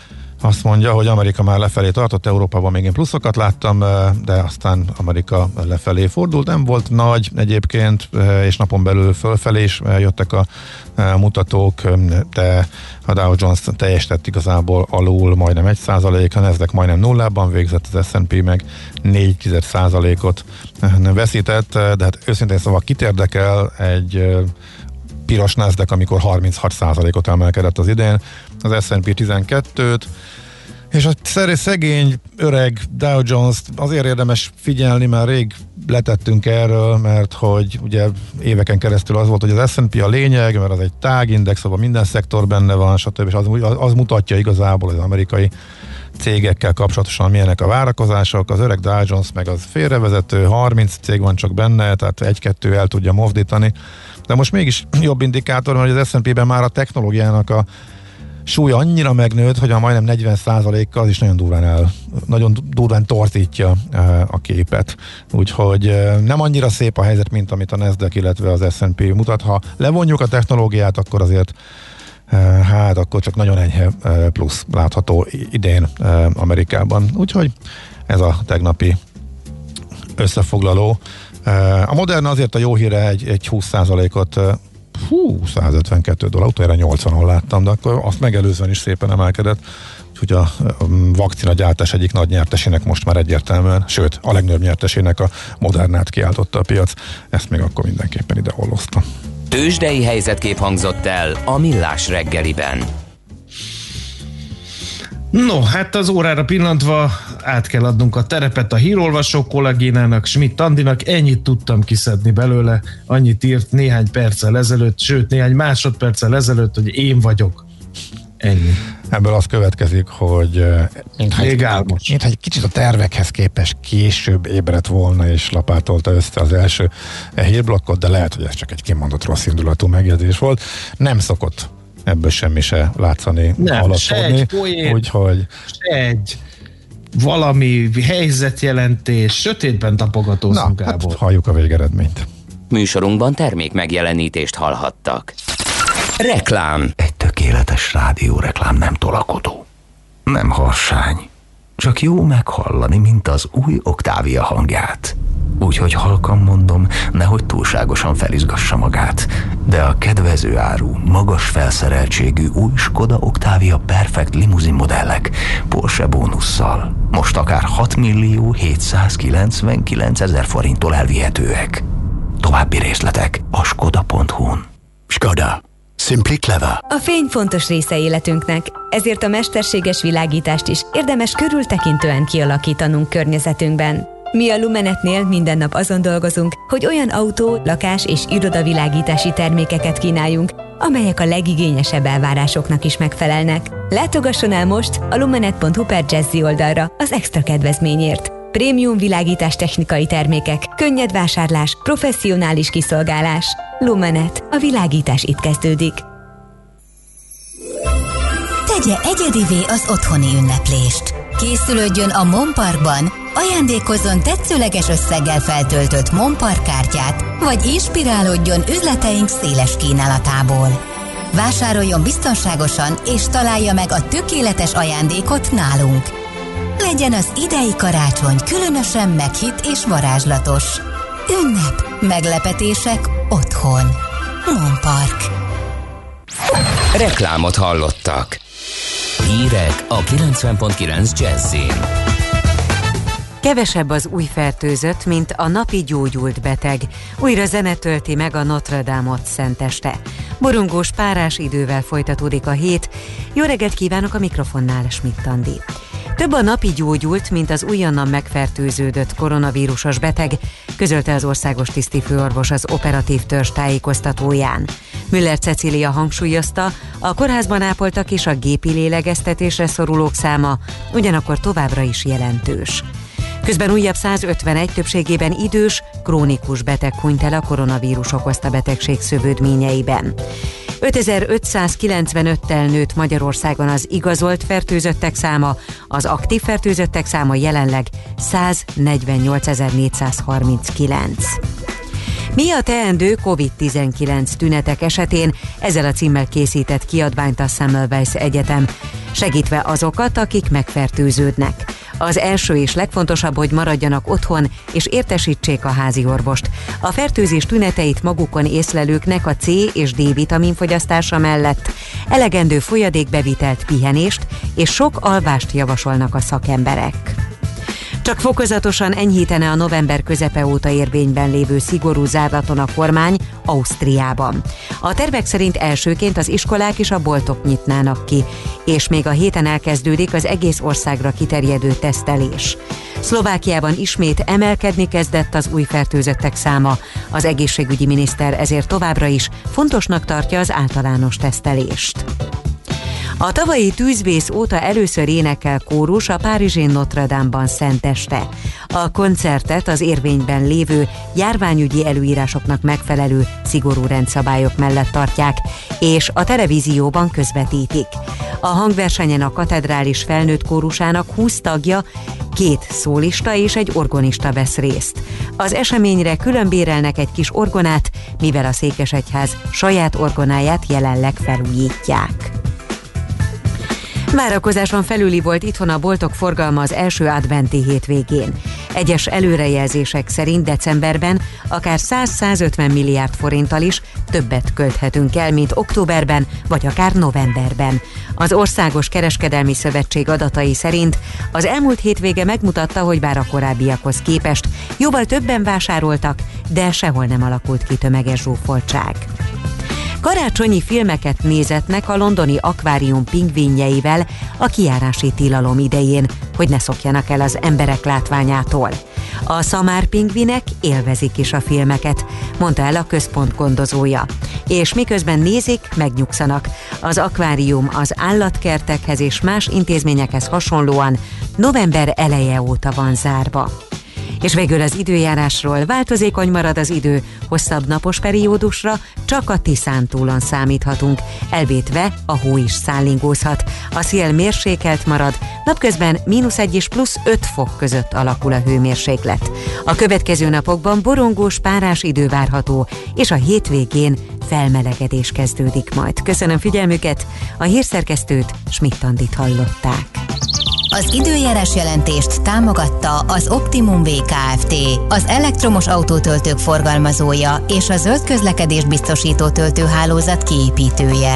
azt mondja, hogy Amerika már lefelé tartott, Európában még én pluszokat láttam, de aztán Amerika lefelé fordult, nem volt nagy egyébként, és napon belül fölfelé is jöttek a mutatók, de a Dow Jones teljesített igazából alul majdnem egy százalék, a Nasdaq majdnem nullában végzett, az es and pé meg négy tized százalékot veszített, de hát őszintén szóval kit érdekel egy piros Nasdaq, amikor harminchat százalékot emelkedett az idén, az es and pé tizenkettőt, és a szegény, öreg Dow Jones azért érdemes figyelni, mert rég letettünk erről, mert hogy ugye éveken keresztül az volt, hogy az es and pé a lényeg, mert az egy tágindex, szóval minden szektor benne van, stb. És az, az mutatja igazából az amerikai cégekkel kapcsolatosan milyenek a várakozások, az öreg Dow Jones meg az félrevezető, harminc cég van csak benne, tehát egy-kettő el tudja mozdítani, de most mégis jobb indikátor, mert az es and pé-ben már a technológiának a súly annyira megnőtt, hogy a majdnem negyven százalékkal az is nagyon durván el, nagyon durván torzítja a képet. Úgyhogy nem annyira szép a helyzet, mint amit a Nasdaq, illetve az es and pé mutat. Ha levonjuk a technológiát, akkor azért hát akkor csak nagyon enyhe plusz látható idén Amerikában. Úgyhogy ez a tegnapi összefoglaló. A Moderna azért a jó híre egy, egy húsz százalékot, hú, százötvenkettő dollár, utoljára nyolcvanon láttam, de akkor azt megelőzően is szépen emelkedett. Úgyhogy a vakcina gyártás egyik nagy nyertesének most már egyértelműen, sőt, a legnagyobb nyertesének a Modernát kiáltotta a piac. Ezt még akkor mindenképpen ide holloztam. Tőzsdei helyzetkép hangzott el a Millás reggeliben. No, hát az órára pillantva át kell adnunk a terepet a hírolvasó kollégénának, Schmidt Andinak. Ennyit tudtam kiszedni belőle, annyit írt néhány perccel ezelőtt, sőt néhány másodperccel ezelőtt, hogy én vagyok. Ennyi. Ebből az következik, hogy mintha egy, mintha egy kicsit a tervekhez képest később ébredt volna és lapátolta össze az első hírblokkot, de lehet, hogy ez csak egy kimondott rossz indulatú megjegyzés volt. Nem szokott ebből semmi se látszani, haladszódni. Úgyhogy... Se egy valami helyzetjelentés, sötétben tapogatózunk. Na, hát halljuk a végeredményt. Műsorunkban termék megjelenítést hallhattak. Reklám. Egy tökéletes rádióreklám nem tolakodó, nem harsány, csak jó meghallani, mint az új Octavia hangját. Úgyhogy halkan mondom, nehogy túlságosan felizgassa magát, de a kedvező áru, magas felszereltségű új Skoda Octavia Perfect limuzin modellek Porsche bónusszal most akár hat millió hétszázkilencvenkilencezer forinttól elvihetőek. További részletek a skoda pont hu-n. Skoda. Simply clever. A fény fontos része életünknek, ezért a mesterséges világítást is érdemes körültekintően kialakítanunk környezetünkben. Mi a Lumenetnél minden nap azon dolgozunk, hogy olyan autó, lakás és irodavilágítási termékeket kínáljunk, amelyek a legigényesebb elvárásoknak is megfelelnek. Látogasson el most a lumenet pont hu per Jazzy oldalra az extra kedvezményért. Prémium világítás technikai termékek, könnyed vásárlás, professzionális kiszolgálás. Lumenet. A világítás itt kezdődik. Tegye egyedivé az otthoni ünneplést. Készülődjön a Mon Parkban, ajándékozzon tetszőleges összeggel feltöltött Mon Park kártyát, vagy inspirálódjon üzleteink széles kínálatából. Vásároljon biztonságosan és találja meg a tökéletes ajándékot nálunk. Legyen az idei karácsony különösen meghitt és varázslatos. Ünnep, meglepetések otthon. Mon Park. Reklámot hallottak. Hírek a kilencven pont kilenc Jazzin. Kevesebb az új fertőzött, mint a napi gyógyult beteg. Újra zene tölti meg a Notre Dame-ot szenteste. Borongós, párás idővel folytatódik a hét. Jó reggelt kívánok, a mikrofonnál Schmidt Andi. Több a napi gyógyult, mint az újonnan megfertőződött koronavírusos beteg, közölte az országos tisztifőorvos az operatív törzs tájékoztatóján. Müller Cecília hangsúlyozta, a kórházban ápoltak és a gépi lélegeztetésre szorulók száma ugyanakkor továbbra is jelentős. Közben újabb százötvenegy, többségében idős, krónikus beteg hunyt el a koronavírus okozta betegség szövődményeiben. ötezer-ötszázkilencvenöttel nőtt Magyarországon az igazolt fertőzöttek száma, az aktív fertőzöttek száma jelenleg száznegyvennyolcezer-négyszázharminckilenc. Mi a teendő kovid tizenkilenc tünetek esetén? Ezzel a címmel készített kiadványt a Semmelweis Egyetem, segítve azokat, akik megfertőződnek. Az első és legfontosabb, hogy maradjanak otthon és értesítsék a házi orvost. A fertőzés tüneteit magukon észlelőknek a C és D vitaminfogyasztása mellett elegendő folyadékbevitelt, pihenést és sok alvást javasolnak a szakemberek. Csak fokozatosan enyhítene a november közepe óta érvényben lévő szigorú zárlaton a kormány Ausztriában. A tervek szerint elsőként az iskolák és a boltok nyitnának ki, és még a héten elkezdődik az egész országra kiterjedő tesztelés. Szlovákiában ismét emelkedni kezdett az új fertőzöttek száma. Az egészségügyi miniszter ezért továbbra is fontosnak tartja az általános tesztelést. A tavalyi tűzvész óta először énekel kórus a párizsi Notre Dame-ban szenteste. A koncertet az érvényben lévő járványügyi előírásoknak megfelelő szigorú rendszabályok mellett tartják, és a televízióban közvetítik. A hangversenyen a katedrális felnőtt kórusának húsz tagja, két szólista és egy orgonista vesz részt. Az eseményre külön bérelnek egy kis orgonát, mivel a Székesegyház saját orgonáját jelenleg felújítják. Várakozáson felüli volt itthon a boltok forgalma az első adventi hétvégén. Egyes előrejelzések szerint decemberben akár száz-százötven milliárd forinttal is többet költhetünk el, mint októberben vagy akár novemberben. Az Országos Kereskedelmi Szövetség adatai szerint az elmúlt hétvége megmutatta, hogy bár a korábbiakhoz képest jóval többen vásároltak, de sehol nem alakult ki tömeges zsúfoltság. Karácsonyi filmeket nézetnek a londoni akvárium pingvinjeivel a kijárási tilalom idején, hogy ne szokjanak el az emberek látványától. A szamár pingvinek élvezik is a filmeket, mondta el a központ gondozója. És miközben nézik, megnyugszanak. Az akvárium az állatkertekhez és más intézményekhez hasonlóan november eleje óta van zárva. És végül az időjárásról: változékony marad az idő, hosszabb napos periódusra csak a Tiszántúlon számíthatunk, elvétve a hó is szállingózhat. A szél mérsékelt marad, napközben mínusz egy és plusz öt fok között alakul a hőmérséklet. A következő napokban borongós, párás idő várható, és a hétvégén felmelegedés kezdődik majd. Köszönöm figyelmüket, a hírszerkesztőt, Schmidt Andit hallották. Az időjárás jelentést támogatta az Optimum vé Kft., az elektromos autótöltők forgalmazója és a zöld közlekedés biztosító töltőhálózat kiépítője.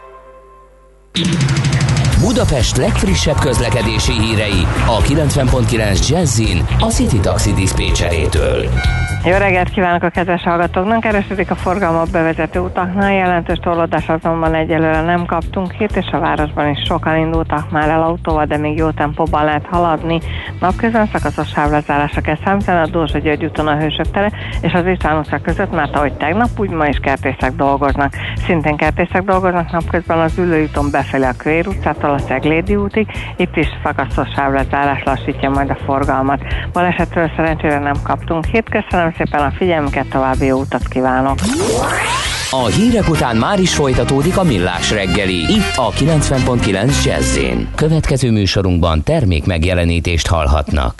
Budapest legfrissebb közlekedési hírei a kilencven pont kilenc Jazzin a City Taxi diszpécserétől. Jó reggelt kívánok a kedves hallgatóknak! Erősödik a forgalom a bevezető utaknál, jelentős torlódás azonban egyelőre nem kaptunk hét, és a városban is sokan indultak már el autóval, de még jó tempóban lehet haladni. Napközben szakaszos sávlezárásra kell számítani a Dózsa György úton a Hősök tere és az István utca között, mert ahogy tegnap, úgy ma is kertészek dolgoznak. Szintén kertészek dolgoznak napközben az Üllői úton befelé a Kövér utcától a Ceglédi útig, itt is szakaszos sávlezárás lassítja majd a forgalmat. Balesetről szerencsére nem kaptunk hét, köszönöm szépen a figyelmüket, további jó utat kívánok. A hírek után már is folytatódik a Millás reggeli, itt a kilencven pont kilenc Jazz-én. Következő műsorunkban termék megjelenítést hallhatnak.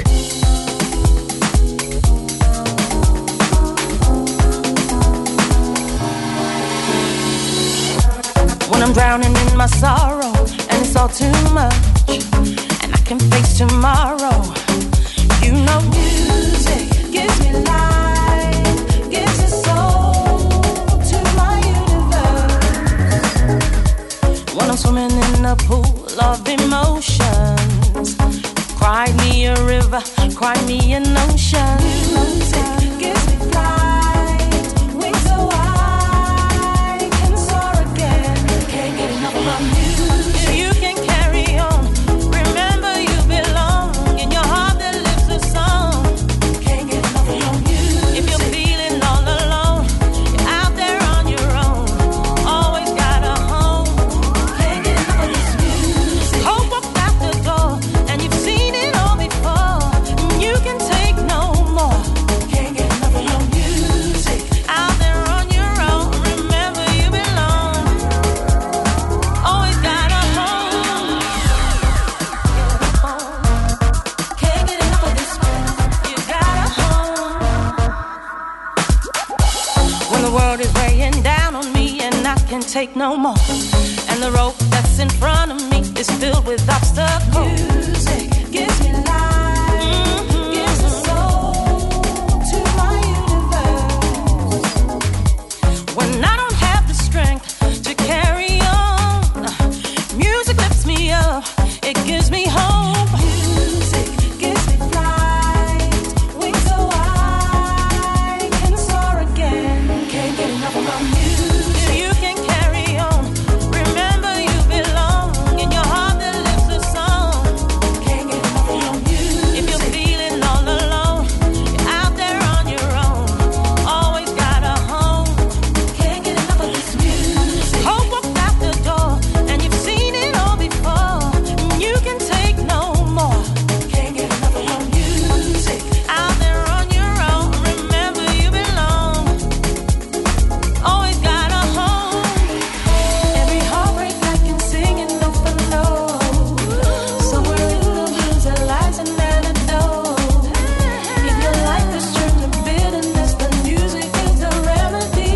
When I'm drowning in my sorrow and it's all too much and I can face tomorrow, you know music gives me life, gives a soul to my universe. When I'm swimming in a pool of emotions, cry me a river, cry me an ocean. Music gives me flight, wings so I can soar again. Can't get enough of my music. You can carry on. Remember you belong. In your heart there lives a song. Can't get enough of your music. If you're feeling all alone, you're out there on your own. Always got a home. Can't get enough of this music. Hope walked out the door and you've seen it all before. You can take no more. Can't get enough of your music. Out there on your own. Remember you belong. Always got a home. Can't get enough of this. You got a home. When the world is weighing down on me and I can take no more, and the road that's in front of me is filled with obstacles. Music gives me life, gives a soul to my universe. When I don't have the strength to carry on, music lifts me up, it gives me hope. Music gives me flight, wings so I can soar again. Can't get enough of my music. You can carry on. Remember you belong. In your heart there lives a song. Can't get enough of your music. If you're feeling all alone, you're out there on your own. Always got a home. Can't get enough of this music. Hope walked out the door and you've seen it all before. You can take no more. Can't get enough of your music. Out there on your own. Remember you belong. Always got a home. Every heartbreak I can sing and note for note. Somewhere in the blues there lies an antidote. If your life is turned to bitterness, the music is the remedy.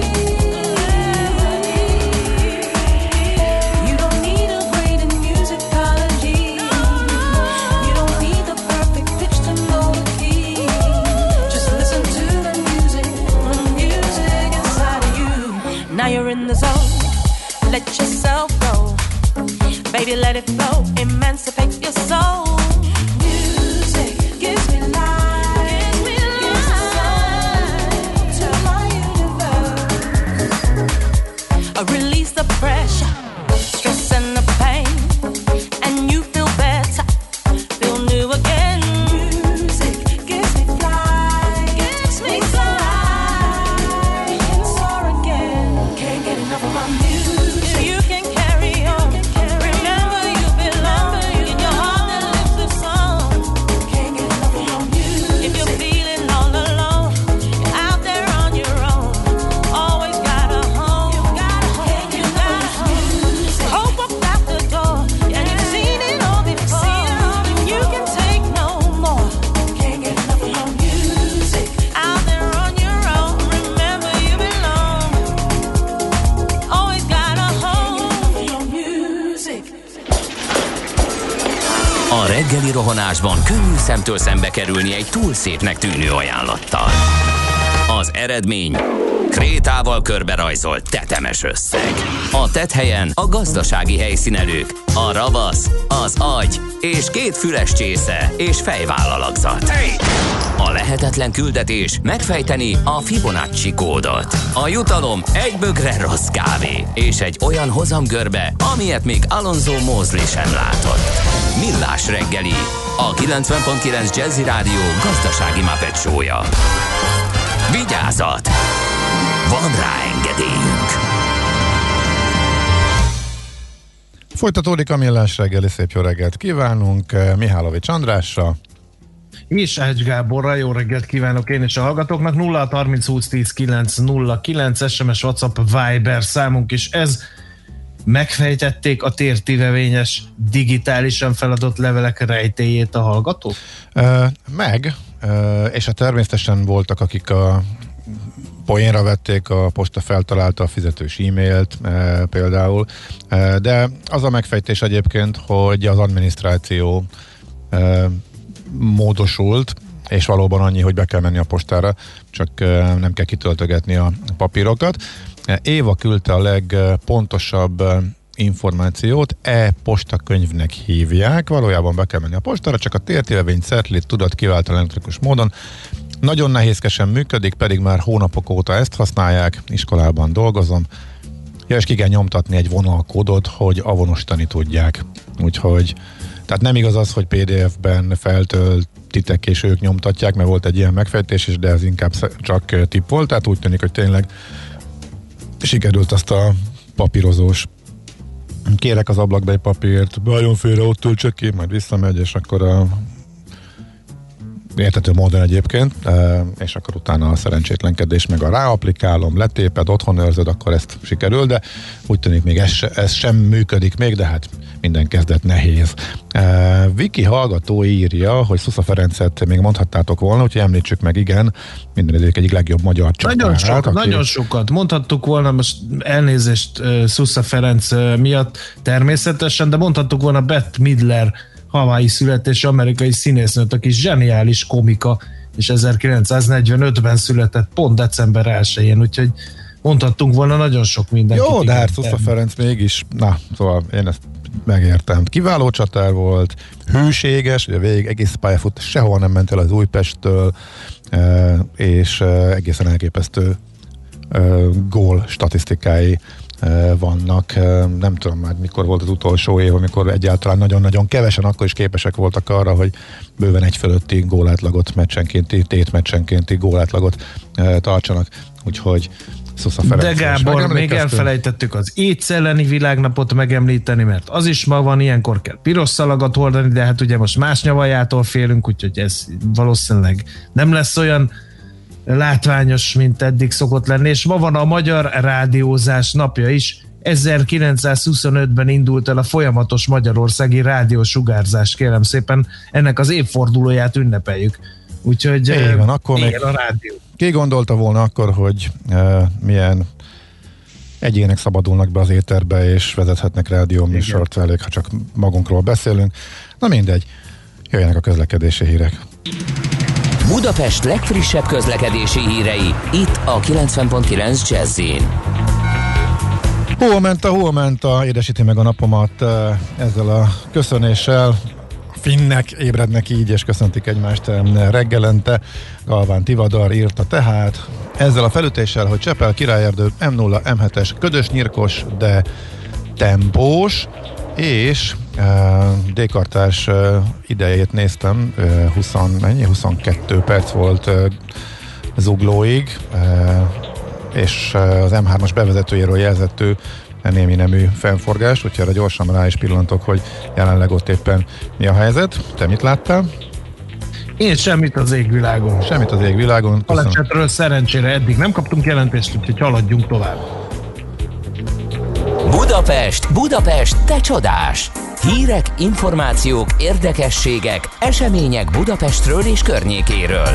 You don't need a grade in musicology. You don't need the perfect pitch to know the key. Just listen to the music, the music inside of you. Now you're in the zone. Let yourself go. Baby, let it flow. Emancipate your soul. Music gives me life, gives a soul to my universe. Uh, Release the pressure, stress and the pain, and you feel better, feel new again. Music gives me flight, gives me flight, can soar again. Can't get enough of my music. You can carry on. Remember you belong. In your heart there lives a song. Can't get enough of your music. If you're feeling all alone, you're out there on your own. Always got a home. You got a home. You got a home. Hope walked out the door and you've seen it all before. And you can take no more. Can't get enough of your music. Out there on your own. Remember you belong. Always got a home. Your music. A reggeli rohanásban könnyű szemtől szembe kerülni egy túl szépnek tűnő ajánlattal. Az eredmény krétával körberajzolt tetemes összeg. A tetthelyen a gazdasági helyszínelők, a ravasz, az agy és két füles csésze és fejvállalakzat. A lehetetlen küldetés megfejteni a Fibonacci kódot. A jutalom egy bögre rossz kávé és egy olyan hozamgörbe, amilyet még Alonso Mosley sem látott. Millás reggeli, a kilencven pont kilenc Jazzy Rádió gazdasági Muppet show-ja. Vigyázat! Van rá engedélyünk! Folytatódik a Millás reggeli, szép jó reggelt kívánunk Mihálovics Andrással És Ács Gáborra jó reggelt kívánok én és a hallgatóknak. Nulla harminc húsz tíz kilenc nulla kilenc es em es, WhatsApp, Viber számunk is ez. Megfejtették a tértivevényes digitálisan feladott levelek rejtélyét a hallgatók? Uh, meg, uh, és a természetesen voltak, akik a poénra vették, a posta feltalálta a fizetős e-mailt uh, például, uh, de az a megfejtés egyébként, hogy az adminisztráció uh, módosult, és valóban annyi, hogy be kell menni a postára, csak uh, nem kell kitöltögetni a papírokat. Éva küldte a legpontosabb információt, e-postakönyvnek hívják, valójában be kell menni a postára, csak a tértivevény certlit tudat kiváltani elektronikus módon. Nagyon nehézkesen működik, pedig már hónapok óta ezt használják, iskolában dolgozom. Ja, és ki kell nyomtatni egy vonalkódot, hogy avonosítani tudják. Úgyhogy, tehát nem igaz az, hogy pé dé ef-ben feltöltitek és ők nyomtatják, mert volt egy ilyen megfejtés is, de ez inkább csak tipp volt, tehát úgy tűnik, hogy tényleg sikerült azt a papírozós kérek az ablakba egy papírt, beálljon félre, ott töltsök ki, majd visszamegy, és akkor a érthető módon egyébként, és akkor utána a szerencsétlenkedés meg a ráaplikálom, letéped, otthon őrzöd, akkor ezt sikerül, de úgy tűnik még ez, ez sem működik még, de hát minden kezdet nehéz. Viki hallgató írja, hogy Szusza Ferencet még mondhattátok volna, úgyhogy említsük meg, igen, minden idők egyik legjobb magyar csapát. Nagyon, sok, aki... nagyon sokat mondhattuk volna, most elnézést Szusza Ferenc miatt természetesen, de mondhattuk volna Bette Midler, hawaii születésű amerikai színésznőt, aki zseniális komika, és ezerkilencszáznegyvenötben született, pont december elsején, úgyhogy mondhattunk volna nagyon sok mindent. Jó, de hát Szusza Ferenc mégis, na, szóval én ezt megértem. Kiváló csatár volt, hűséges, ugye végig egész pályafut, sehol nem ment el az Újpesttől, és egészen elképesztő gól statisztikái vannak. Nem tudom már mikor volt az utolsó év, amikor egyáltalán nagyon-nagyon kevesen akkor is képesek voltak arra, hogy bőven egy fölötti gólátlagot meccsenkénti, tétmeccsenkénti gólátlagot tartsanak. Úgyhogy Szusza Ferenc. De Gábor, még elfelejtettük az AIDS elleni világnapot megemlíteni, mert az is ma van, ilyenkor kell piros szalagat hordani, de hát ugye most más nyavajától félünk, úgyhogy ez valószínűleg nem lesz olyan látványos, mint eddig szokott lenni, és ma van a Magyar Rádiózás napja is. ezerkilencszázhuszonötben indult el a folyamatos magyarországi rádiósugárzás, kérem szépen, ennek az évfordulóját ünnepeljük. Úgyhogy igen, akkor még a rádió. Ki gondolta volna akkor, hogy uh, milyen egyének szabadulnak be az éterbe, és vezethetnek rádióműsort velük, ha csak magunkról beszélünk. Na mindegy, jöjjenek a közlekedési hírek. Budapest legfrissebb közlekedési hírei, itt a kilencven pont kilenc Jazz-in. Hol ment a, hol ment a, édesíti meg a napomat ezzel a köszönéssel. Finnek ébrednek így, és köszöntik egymást reggelente. Galván Tivadar írta tehát. Ezzel a felütéssel, hogy Csepel Királyerdő em nulla em hetes ködös nyirkos, de tempós, és uh, D-kartás uh, idejét néztem, uh, húsz, mennyi? huszonkettő perc volt uh, zuglóig, uh, és uh, az em hármas bevezetőjéről jelzettő némi nemű fennforgást, úgyhogy erre gyorsan rá is pillantok, hogy jelenleg ott éppen mi a helyzet. Te mit láttál? Én semmit az égvilágon. Semmit az égvilágon. Balesetről szerencsére eddig nem kaptunk jelentést, úgyhogy haladjunk tovább. Budapest, Budapest, te csodás! Hírek, információk, érdekességek, események Budapestről és környékéről.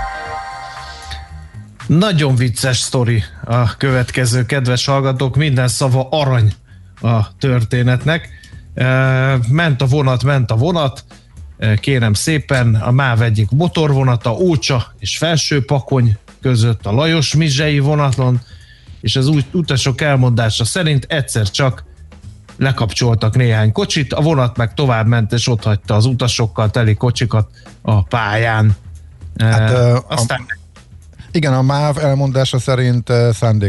Nagyon vicces sztori a következő, kedves hallgatók, minden szava arany a történetnek. Ment a vonat, ment a vonat, kérem szépen, a MÁV egyik motorvonata, Ócsa és Felsőpakony között a Lajos-Mizsei vonaton, és az új utasok elmondása szerint egyszer csak lekapcsoltak néhány kocsit, a vonat meg tovább ment, és ott hagyta az utasokkal teli kocsikat a pályán. Hát, e, aztán... a, igen, a MÁV elmondása szerint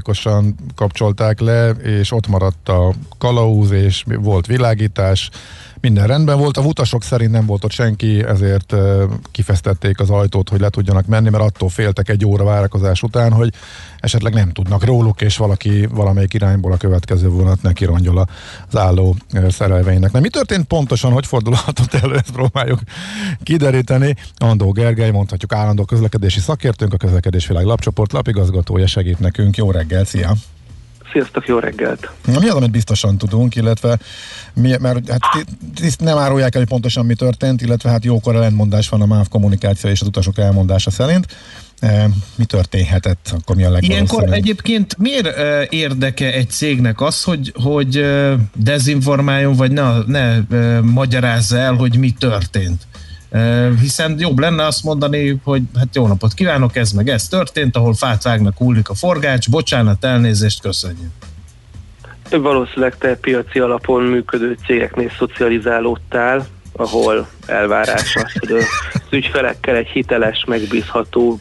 szándékosan kapcsolták le, és ott maradt a kalauz, és volt világítás, minden rendben volt. A utasok szerint nem volt ott senki, ezért kifesztették az ajtót, hogy le tudjanak menni, mert attól féltek egy óra várakozás után, hogy esetleg nem tudnak róluk, és valaki valamelyik irányból a következő vonat neki rongyol az álló szerelvénynek. Na, mi történt pontosan, hogy fordulhatott elő, ezt próbáljuk kideríteni. Andó Gergely, mondhatjuk állandó közlekedési szakértőnk, a Közlekedésvilág lapcsoport lapigazgatója segít nekünk. Jó reggel, szia! Sziasztok, jó reggelt! Na, mi az, amit biztosan tudunk, illetve mi, mert hát tiszt nem árulják el, hogy pontosan mi történt, illetve hát jókor ellentmondás van a MÁV kommunikáció és az utasok elmondása szerint. E, mi történhetett, akkor mi a legvalószínűbb? Ilyenkor egyébként miért uh, érdeke egy cégnek az, hogy, hogy uh, dezinformáljon, vagy ne, ne uh, magyarázza el, hogy mi történt? Uh, hiszen jobb lenne azt mondani, hogy hát jó napot kívánok, ez meg ez történt, ahol fát vágnak, hullik a forgács, bocsánat, elnézést, köszönjük. Valószínűleg te piaci alapon működő cégeknél szocializálódtál, ahol elvárás az, hogy az ügyfelekkel egy hiteles, megbízható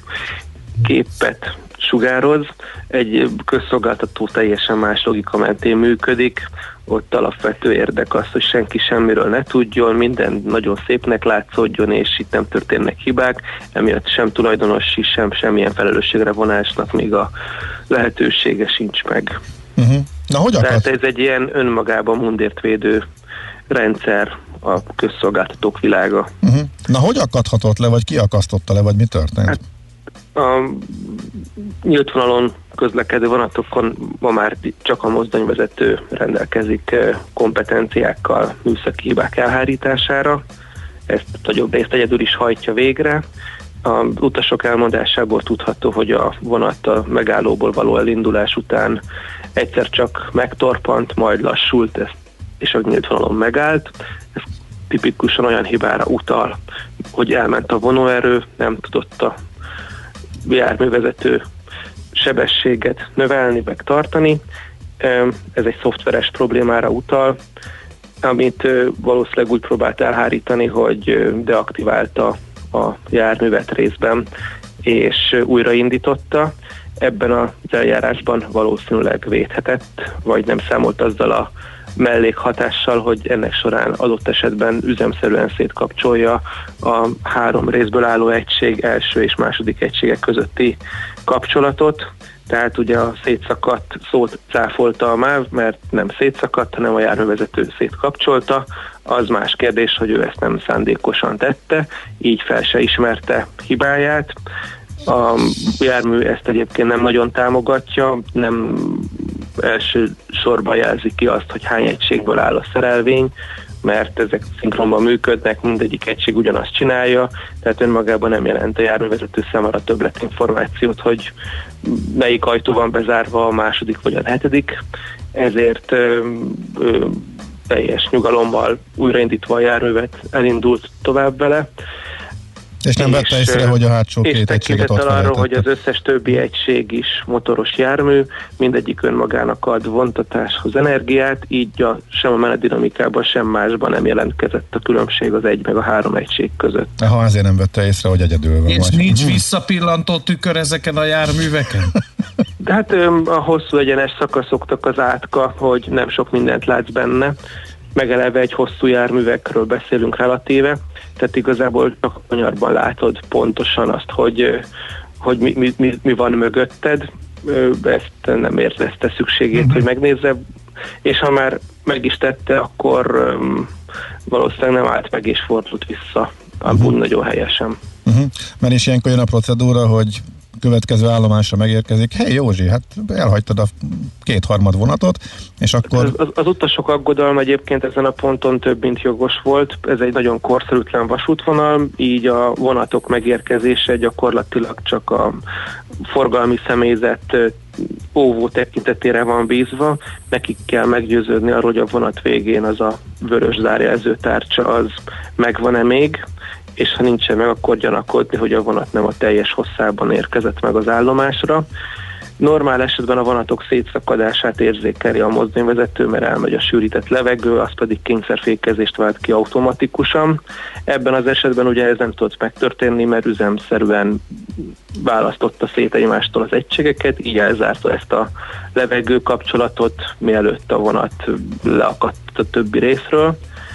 képet sugároz. Egy közszolgáltató teljesen más logika mentén működik, ott alapvető érdek az, hogy senki semmiről ne tudjon, minden nagyon szépnek látszódjon, és itt nem történnek hibák, emiatt sem tulajdonosi, sem semmilyen felelősségre vonásnak még a lehetősége sincs meg. Uh-huh. Na, hogy akad? Tehát ez egy ilyen önmagában mundért védő rendszer, a közszolgáltatók világa. Uh-huh. Na, hogy akadhatott le, vagy ki akasztotta le, vagy mi történt? Hát, a nyílt vonalon közlekedő vonatokon ma már csak a mozdonyvezető rendelkezik kompetenciákkal műszaki hibák elhárítására. Ezt nagyobb részt egyedül is hajtja végre. Az utasok elmondásából tudható, hogy a vonat a megállóból való elindulás után egyszer csak megtorpant, majd lassult, ezt, és a nyílt vonalon megállt. Ez tipikusan olyan hibára utal, hogy elment a vonóerő, nem tudott a járművezető sebességet növelni, meg tartani. Ez egy szoftveres problémára utal, amit valószínűleg úgy próbált elhárítani, hogy deaktiválta a járművet részben, és újraindította. Ebben az eljárásban valószínűleg védhetett, vagy nem számolt azzal a mellékhatással, hogy ennek során adott esetben üzemszerűen szétkapcsolja a három részből álló egység első és második egységek közötti kapcsolatot. Tehát ugye a szétszakadt szót cáfolta a MÁV, mert nem szétszakadt, hanem a járművezető szétkapcsolta. Az más kérdés, hogy ő ezt nem szándékosan tette, így fel se ismerte hibáját. A jármű ezt egyébként nem nagyon támogatja, nem első sorban jelzi ki azt, hogy hány egységből áll a szerelvény, mert ezek szinkronban működnek, mindegyik egység ugyanazt csinálja, tehát önmagában nem jelent a járművezető számára többletinformációt, hogy melyik ajtó van bezárva, a második vagy a hetedik, ezért ö, ö, teljes nyugalommal újraindítva a járművet elindult tovább vele. És nem vette észre, hogy a hátsó és két egységet ott arról, hogy az összes többi egység is motoros jármű, mindegyik önmagának ad vontatáshoz energiát, így a, sem a menetdinamikában, sem másban nem jelentkezett a különbség az egy meg a három egység között. Ha azért nem vette észre, hogy egyedül van. És vagy. nincs visszapillantó tükör ezeken a járműveken? De hát a hosszú egyenes szakaszoknak az átka, hogy nem sok mindent látsz benne, megeleve egy hosszú járművekről beszélünk relatíve, tehát igazából csak a kanyarban látod pontosan azt, hogy, hogy mi, mi, mi, mi van mögötted, ezt nem érzezte szükségét, mm-hmm. hogy megnézze, és ha már meg is tette, akkor um, valószínűleg nem állt meg és fordult vissza, amúgy mm-hmm. nagyon helyesen. Uh-huh. Mert is ilyenkor jön a procedúra, hogy következő állomásra megérkezik. Hey Józsi, hát elhagytad a kétharmad vonatot, és akkor... Az, az, az utasok aggodalma egyébként ezen a ponton több mint jogos volt. Ez egy nagyon korszerűtlen vasútvonal, így a vonatok megérkezése gyakorlatilag csak a forgalmi személyzet óvó tekintetére van bízva. Nekik kell meggyőződni arról, hogy a vonat végén az a vörös zárjelzőtárcsa az megvan-e még, és ha nincsen meg, akkor gyanakodni, hogy a vonat nem a teljes hosszában érkezett meg az állomásra. Normál esetben a vonatok szétszakadását érzékeli a mozdonyvezető, mert elmegy a sűrített levegő, az pedig kényszerfékezést vált ki automatikusan. Ebben az esetben ugye ez nem tudott megtörténni, mert üzemszerűen választotta szét egymástól az egységeket, így elzárta ezt a levegő kapcsolatot, mielőtt a vonat leakadt a többi részről.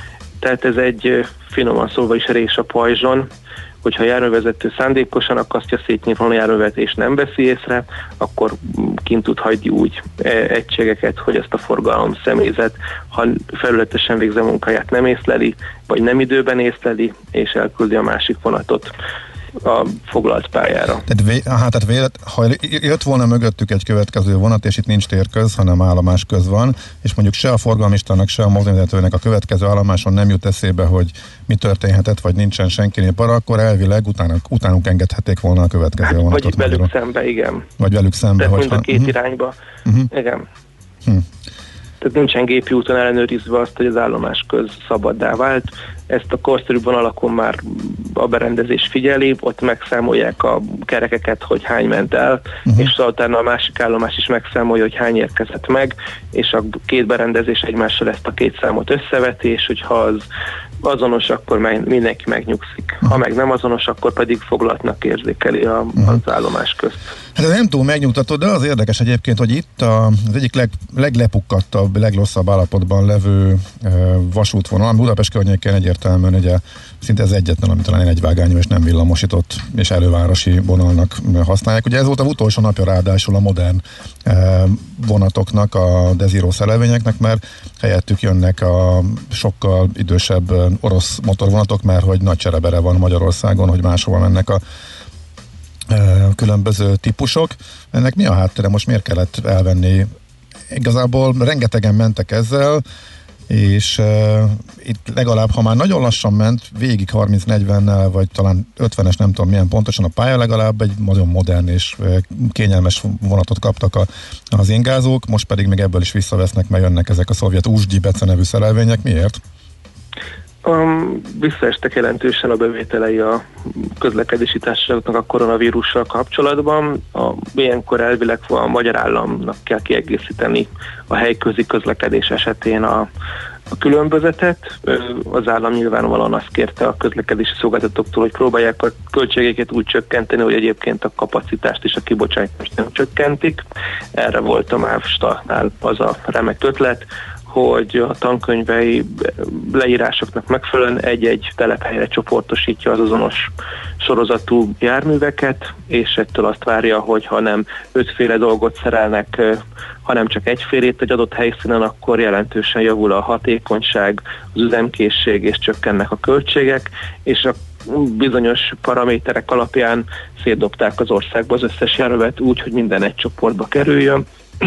Tehát ez egy ö, finoman szólva is rés a pajzson, hogyha a járművezető szándékosan akasztja szét nyilván a járművet és nem veszi észre, akkor kint tud hagyni úgy egységeket, hogy ezt a forgalom személyzet, ha felületesen végző munkáját nem észleli, vagy nem időben észleli, és elküldi a másik vonatot a foglalt pályára. Tehát, vé, aha, tehát vélet, ha jött volna mögöttük egy következő vonat, és itt nincs térköz, hanem állomás köz van, és mondjuk se a forgalmistának, se a mozdonyvezetőnek a következő állomáson nem jut eszébe, hogy mi történhetett, vagy nincsen senkinél para, akkor elvileg utána, utánuk engedhették volna a következő hát, vonatot. Vagy velük magyarul. szembe, igen. Vagy velük szembe. Tehát mind a két uh-huh. irányba. Uh-huh. Igen. Uh-huh. Tehát nincsen gépi úton ellenőrizve azt, hogy az állomás köz szabaddá vált. Ezt a korszerűbb vonalakon már a berendezés figyeli, ott megszámolják a kerekeket, hogy hány ment el, uh-huh. és utána a másik állomás is megszámolja, hogy hány érkezett meg, és a két berendezés egymással ezt a két számot összeveti, és hogyha az azonos, akkor meg mindenki megnyugszik. Ha meg nem azonos, akkor pedig foglalatnak érzékeli a, az állomás közt. Hát ez nem túl megnyugtató, de az érdekes egyébként, hogy itt a, az egyik leg, leglepukkadtabb, legrosszabb állapotban levő e, vasútvonal, Budapest környékén egyértelműen ugye szinte ez egyetlen, ami talán egy vágányú és nem villamosított és elővárosi vonalnak használják. Ugye ez volt az utolsó napja ráadásul a modern e, vonatoknak, a Desiro szelevényeknek, mert helyettük jönnek a sokkal idősebb orosz motorvonatok, mert hogy nagy cserebere van Magyarországon, hogy máshova mennek a különböző típusok. Ennek mi a háttere? Most miért kellett elvenni? Igazából rengetegen mentek ezzel, és uh, itt legalább, ha már nagyon lassan ment, végig harminc-negyvennel, vagy talán ötvenes, nem tudom milyen pontosan a pálya, legalább egy nagyon modern és uh, kényelmes vonatot kaptak a, az ingázók, most pedig még ebből is visszavesznek, mert jönnek ezek a szovjet Uzsgyi Bece nevű szerelvények. Miért? Um, visszaestek jelentősen a bevételei a közlekedési társaságoknak a koronavírussal kapcsolatban. A, ilyenkor elvileg a magyar államnak kell kiegészíteni a helyközi közlekedés esetén a, a különbözetet. Az állam nyilvánvalóan azt kérte a közlekedési szolgáltatóktól, hogy próbálják a költségeket úgy csökkenteni, hogy egyébként a kapacitást és a kibocsátást nem csökkentik. Erre volt a MÁV-nál az a remek ötlet, hogy a tankönyvei leírásoknak megfelelően egy-egy telephelyre csoportosítja az azonos sorozatú járműveket, és ettől azt várja, hogy ha nem ötféle dolgot szerelnek, hanem csak egyfélét egy adott helyszínen, akkor jelentősen javul a hatékonyság, az üzemkészség, és csökkennek a költségek, és a bizonyos paraméterek alapján szétdobták az országba az összes járművet úgy, hogy minden egy csoportba kerüljön.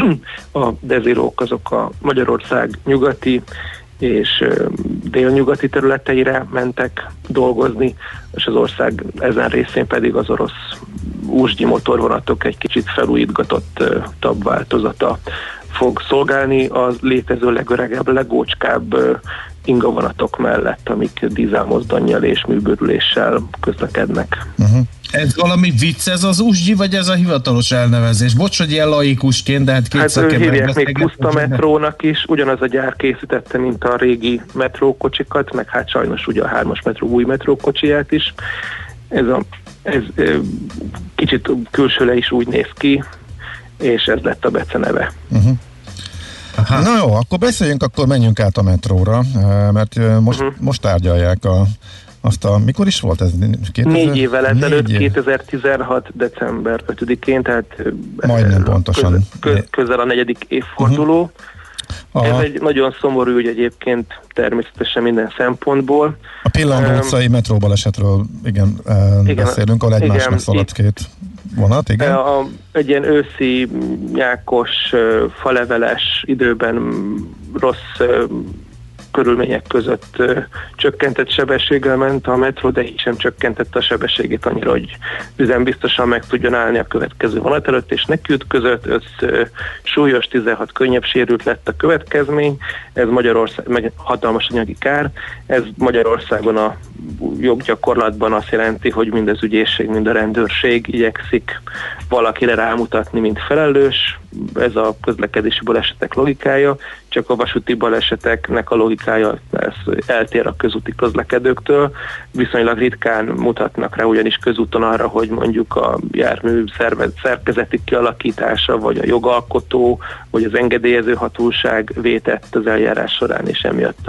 A Desirók azok a Magyarország nyugati és délnyugati területeire mentek dolgozni, és az ország ezen részén pedig az orosz Uzsgyi motorvonatok egy kicsit felújítgatott tabb változata fog szolgálni a létező legöregebb, legócskább ingavonatok mellett, amik dízelmozdonnyal és műbőrüléssel közlekednek. Uh-huh. Ez valami vicc ez az Uzsgyi, vagy ez a hivatalos elnevezés? Bocs, hogy ilyen laikusként, de hát két Hát szakember hívják még puszta metrónak is, ugyanaz a gyár készítette, mint a régi metrókocsikat, meg hát sajnos ugye a hármas metró új metrókocsiját is. Ez, a, ez kicsit külsőle is úgy néz ki, és ez lett a Bece neve. Uh-huh. Aha. Na jó, akkor beszéljünk, akkor menjünk át a metróra, mert most, uh-huh. most tárgyalják a, azt a, mikor is volt ez? kétezer Négy évvel ezelőtt, kétezer-tizenhat december ötödikén, tehát majdnem pontosan. Közel, közel, közel a negyedik évforduló. Uh-huh. Ez egy nagyon szomorú ügy egyébként természetesen minden szempontból. A Pillangó um, utcai metróbalesetről igen, igen, beszélünk, ahol egymásnak szaladt két vonat, igen? A, egy ilyen őszi, nyákos, faleveles időben rossz körülmények között ö, csökkentett sebességgel ment a metró, de így sem csökkentette a sebességét annyira, hogy üzembiztosan meg tudjon állni a következő vonat előtt, és nekiütközött, össz ö, súlyos, tizenhat könnyebb sérült lett a következmény, ez Magyarország, meg hatalmas anyagi kár, ez Magyarországon a joggyakorlatban azt jelenti, hogy mind az ügyészség, mind a rendőrség igyekszik valakire rámutatni, mint felelős. Ez a közlekedési balesetek logikája, csak a vasúti baleseteknek a logikája eltér a közúti közlekedőktől. Viszonylag ritkán mutatnak rá ugyanis közúton arra, hogy mondjuk a jármű szerkezeti kialakítása, vagy a jogalkotó, vagy az engedélyező hatóság vétett az eljárás során, és emiatt a,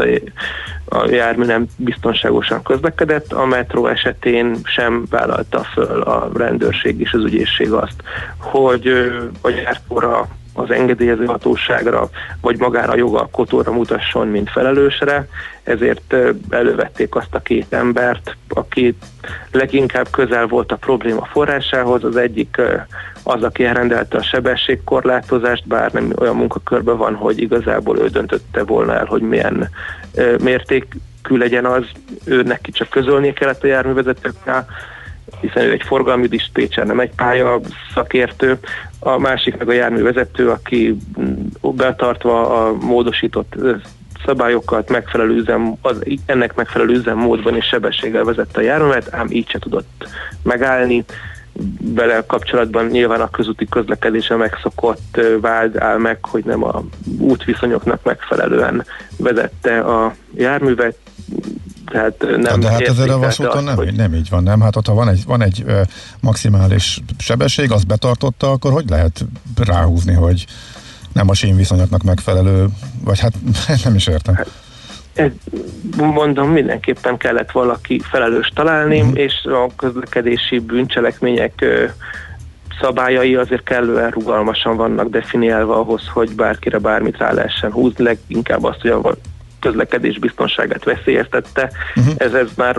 a jármű nem biztonságosan közlekedett. A metró esetén sem vállalta föl a rendőrség és az ügyészség azt, hogy a gyártóra, az engedélyező hatóságra, vagy magára a jogalkotóra mutasson, mint felelősre, ezért elővették azt a két embert, aki leginkább közel volt a probléma forrásához. Az egyik az, aki elrendelte a sebességkorlátozást, bár nem olyan munkakörben van, hogy igazából ő döntötte volna el, hogy milyen mértékű legyen az, ő neki csak közölnie kellett a járművezetőkkel, hiszen ő egy forgalmi diszpécser, nem egy pálya szakértő. A másik meg a járművezető, aki betartva a módosított szabályokkal megfelelő üzem, az, ennek megfelelő üzemmódban és sebességgel vezette a járművet, ám így se tudott megállni. Vele kapcsolatban nyilván a közúti közlekedése megszokott vád áll meg, hogy nem a útviszonyoknak megfelelően vezette a járművet, tehát nem de hát ezzel a vasúton nem, hogy... nem így van, nem? Hát ott ha van egy, van egy ö, maximális sebesség, azt betartotta, akkor hogy lehet ráhúzni, hogy nem a sínviszonyoknak megfelelő, vagy hát nem is értem. Hát, ez, mondom, mindenképpen kellett valaki felelős találni, mm. és a közlekedési bűncselekmények ö, szabályai azért kellően rugalmasan vannak definiálva ahhoz, hogy bárkire bármit rá lehessen húzni, leginkább azt, hogy a közlekedés biztonságát veszélyeztette. Uh-huh. Ez, ez már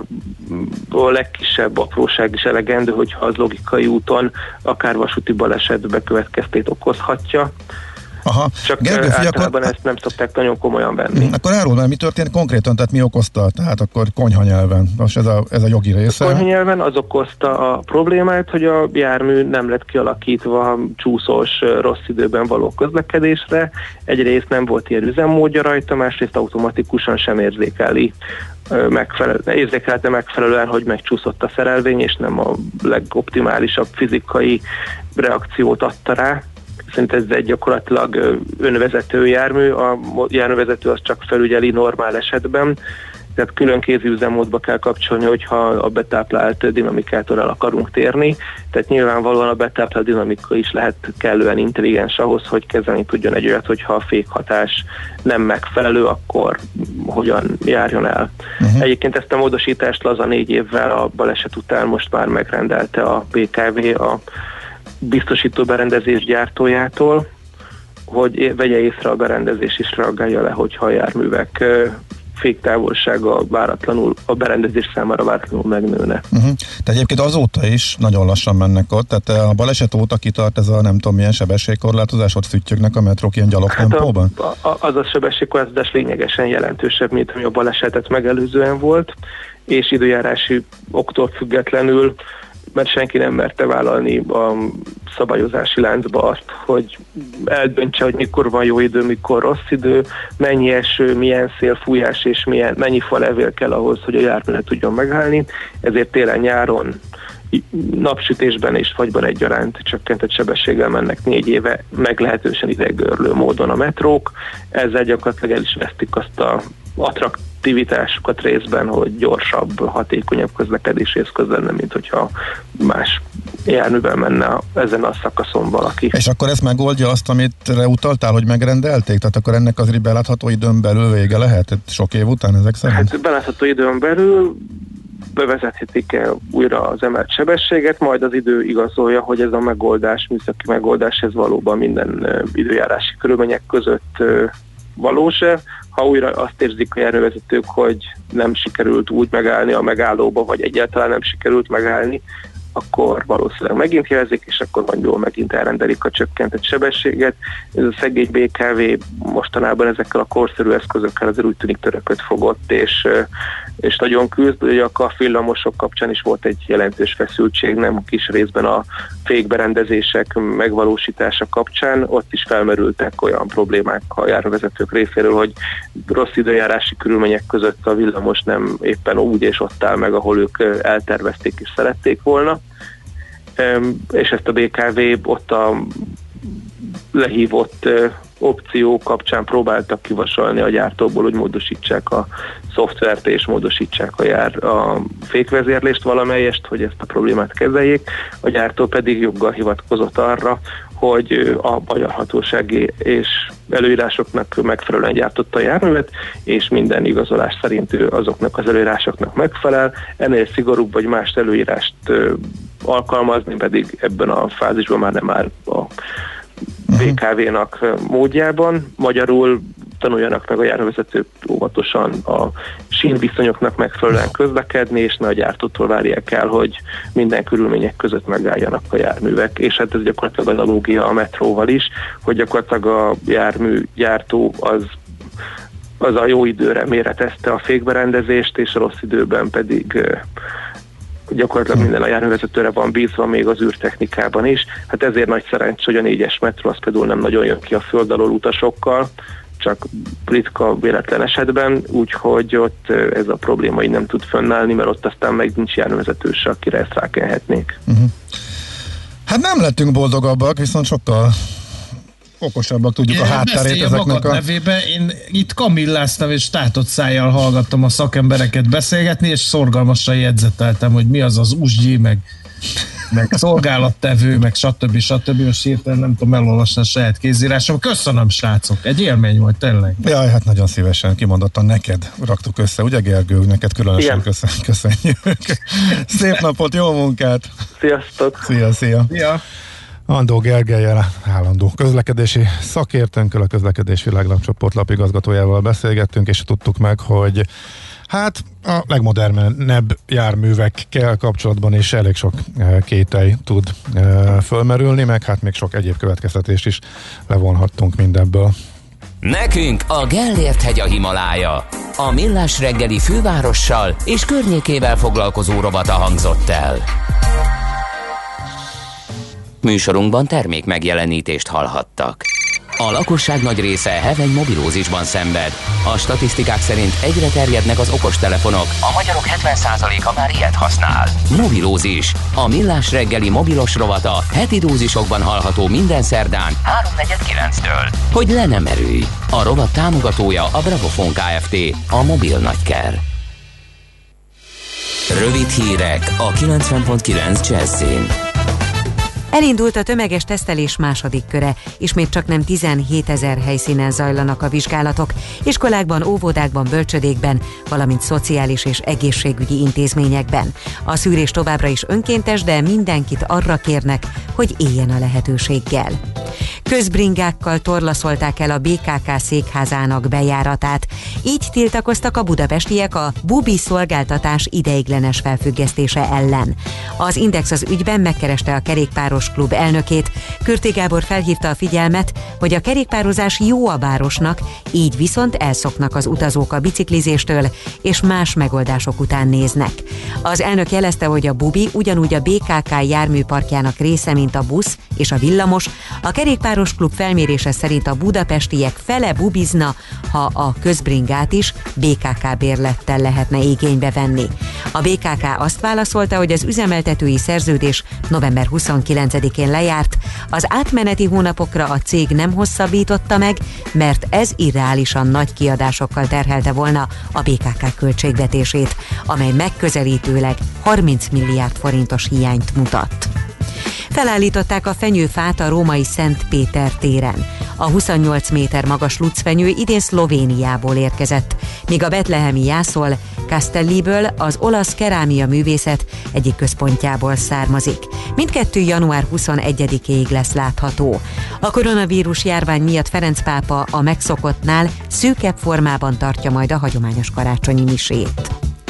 a legkisebb apróság is elegendő, hogyha az logikai úton akár vasúti baleset bekövetkeztét okozhatja. Aha. Csak Gergő, általában akkor... ezt nem szokták nagyon komolyan venni. Akkor árul már, mi történt konkrétan, tehát mi okozta? Tehát akkor konyhanyelven. Most ez a, ez a jogi része. A konyhanyelven az okozta a problémát, hogy a jármű nem lett kialakítva csúszós, rossz időben való közlekedésre. Egyrészt nem volt ilyen üzemmódja rajta, másrészt automatikusan sem érzékeli megfelel, érzékelte megfelelően, hogy megcsúszott a szerelvény, és nem a legoptimálisabb fizikai reakciót adta rá. Szerintem ez egy gyakorlatilag önvezető jármű, a járművezető az csak felügyeli normál esetben, tehát külön kézi üzemmódba kell kapcsolni, hogyha a betáplált dinamikától el akarunk térni, tehát nyilvánvalóan a betáplált dinamika is lehet kellően intelligens ahhoz, hogy kezelni tudjon egy olyat, hogyha a fékhatás nem megfelelő, akkor hogyan járjon el. Uh-huh. Egyébként ezt a módosítást laza négy évvel a baleset után most már megrendelte a bé ká vé, a biztosító berendezés gyártójától, hogy vegye észre a berendezés is reagálja le, hogyha a járművek féktávolsága váratlanul, a berendezés számára váratlanul megnőne. Uh-huh. Tehát egyébként azóta is nagyon lassan mennek ott, tehát a baleset óta kitart ez a nem tudom milyen sebességkorlátozás, ott füttyögnek a metrók ilyen gyalogtempóban? Hát a, a, az a sebességkorlátozás lényegesen jelentősebb, mint ami a balesetet megelőzően volt, és időjárási októl függetlenül, mert senki nem merte vállalni a szabályozási láncba azt, hogy eldöntse, hogy mikor van jó idő, mikor rossz idő, mennyi eső, milyen szélfújás és milyen, mennyi falevél kell ahhoz, hogy a jármű ne tudjon megállni. Ezért télen-nyáron napsütésben és fagyban egyaránt csökkentett sebességgel mennek négy éve meglehetősen ideggörlő módon a metrók. Ezzel gyakorlatilag el is vesztik azt a attraktivitásukat részben, hogy gyorsabb, hatékonyabb közlekedési eszköz lenne, mint hogyha más járművel menne ezen a szakaszon valaki. És akkor ez megoldja azt, amit utaltál, hogy megrendelték? Tehát akkor ennek az belátható időn belül vége lehet? Sok év után ezek szerint? Hát belátható időn belül bevezethetik-e újra az emelt sebességet, majd az idő igazolja, hogy ez a megoldás, műszaki megoldás, ez valóban minden időjárási körülmények között valós-e. Ha újra azt érzik a járművezetők, hogy nem sikerült úgy megállni a megállóba, vagy egyáltalán nem sikerült megállni, akkor valószínűleg megint jelzik, és akkor nagyból megint elrendelik a csökkentett sebességet. Ez a szegény bé ká vé mostanában ezekkel a korszerű eszközökkel azért úgy tűnik törököt fogott, és, és nagyon küzd. Ugye a villamosok kapcsán is volt egy jelentős feszültség, nem kis részben a fékberendezések megvalósítása kapcsán. Ott is felmerültek olyan problémák a járművezetők részéről, hogy rossz időjárási körülmények között a villamos nem éppen úgy és ott áll meg, ahol ők eltervezték és szerették volna. És ezt a bé ká vé ott a lehívott opció kapcsán próbáltak kivasalni a gyártóból, hogy módosítsák a szoftvert és módosítsák a, jár, a fékvezérlést valamelyest, hogy ezt a problémát kezeljék. A gyártó pedig joggal hivatkozott arra, hogy a magyar hatósági és előírásoknak megfelelően gyártotta a járművet, és minden igazolás szerint ő azoknak az előírásoknak megfelel. Ennél szigorúbb vagy más előírást alkalmazni pedig ebben a fázisban már nem áll a bé ká vé-nak módjában. Magyarul tanuljanak meg a járművezetők óvatosan a sínviszonyoknak megfelelően közlekedni, és ne a gyártótól várják el, hogy minden körülmények között megálljanak a járművek. És hát ez gyakorlatilag analógia a metróval is, hogy gyakorlatilag a járműgyártó az az a jó időre méretezte a fékberendezést, és a rossz időben pedig gyakorlatilag minden a járművezetőre van bízva, még az űrtechnikában is. Hát ezért nagy szerencs, hogy a négyes metró az például nem nagyon jön ki a föld alól utasokkal, csak ritka véletlen esetben, úgyhogy ott ez a probléma így nem tud fönnállni, mert ott aztán meg nincs járművezető se, akire ezt rákenhetnék. Uh-huh. Hát nem lettünk boldogabbak, viszont sokkal okosabbak tudjuk a hátterét ezeknek a... nevében. Én itt kamilláztam és tátott szájjal hallgattam a szakembereket beszélgetni, és szorgalmasan jegyzeteltem, hogy mi az az usgyi, meg, meg szolgálattevő, meg stb. stb. Most hirtelen nem tudom elolvasni a saját kézírásom. Köszönöm, srácok, egy élmény volt tényleg. Jaj, hát nagyon szívesen, kimondottan neked raktuk össze, ugye Gergő, neked különösen köszön, köszönjük. Szép napot, jó munkát! Sziasztok! Szia, szia! Szia! Andó Gergellyel, állandó közlekedési szakértőnkkel, a Közlekedés Világlapcsoport lapigazgatójával beszélgettünk, és tudtuk meg, hogy hát a legmodernebb járművekkel kapcsolatban is elég sok kételj tud fölmerülni, meg hát még sok egyéb következtetést is levonhattunk mindebből. Nekünk a Gellért hegy a Himalája. A Millás reggeli fővárossal és környékével foglalkozó rovata hangzott el. Műsorunkban termék megjelenítést hallhattak. A lakosság nagy része heveny mobilózisban szenved. A statisztikák szerint egyre terjednek az okostelefonok. A magyarok hetven százaléka már ilyet használ. Mobilózis. A Millás reggeli mobilos rovata heti dózisokban hallható minden szerdán háromnegyed kilenctől. Hogy le nem erőj. A rovat támogatója a Bravofon Kft. A mobil nagyker. Rövid hírek a kilencven pont kilenc Jazzin. Elindult a tömeges tesztelés második köre, ismét csak nem tizenhétezer helyszínen zajlanak a vizsgálatok, iskolákban, óvodákban, bölcsödékben, valamint szociális és egészségügyi intézményekben. A szűrés továbbra is önkéntes, de mindenkit arra kérnek, hogy éljen a lehetőséggel. Közbringákkal torlaszolták el a bé ká ká székházának bejáratát. Így tiltakoztak a budapestiek a bubi szolgáltatás ideiglenes felfüggesztése ellen. Az Index az ügyben megkereste a kerékpáros klub elnökét. Kürti Gábor felhívta a figyelmet, hogy a kerékpározás jó a városnak, így viszont elszoknak az utazók a biciklizéstől, és más megoldások után néznek. Az elnök jelezte, hogy a bubi ugyanúgy a bé ká ká járműparkjának része, mint a busz és a villamos. A kerékpáros klub felmérése szerint a budapestiek fele bubizna, ha a közbringát is bé ká ká bérlettel lehetne igénybe venni. A bé ká ká azt válaszolta, hogy az üzemeltetői szerződés november huszonkilencedikén lejárt, az átmeneti hónapokra a cég nem hosszabbította meg, mert ez irreálisan nagy kiadásokkal terhelte volna a bé ká ká költségvetését, amely megközelítőleg harminc milliárd forintos hiányt mutat. Felállították a fenyőfát a római Szent Péter téren. A huszonnyolc méter magas lucfenyő idén Szlovéniából érkezett, míg a betlehemi jászol Castelliből, az olasz kerámia művészet egyik központjából származik. Mindkettő január huszonegyedikéig lesz látható. A koronavírus járvány miatt Ferenc pápa a megszokottnál szűkebb formában tartja majd a hagyományos karácsonyi misét.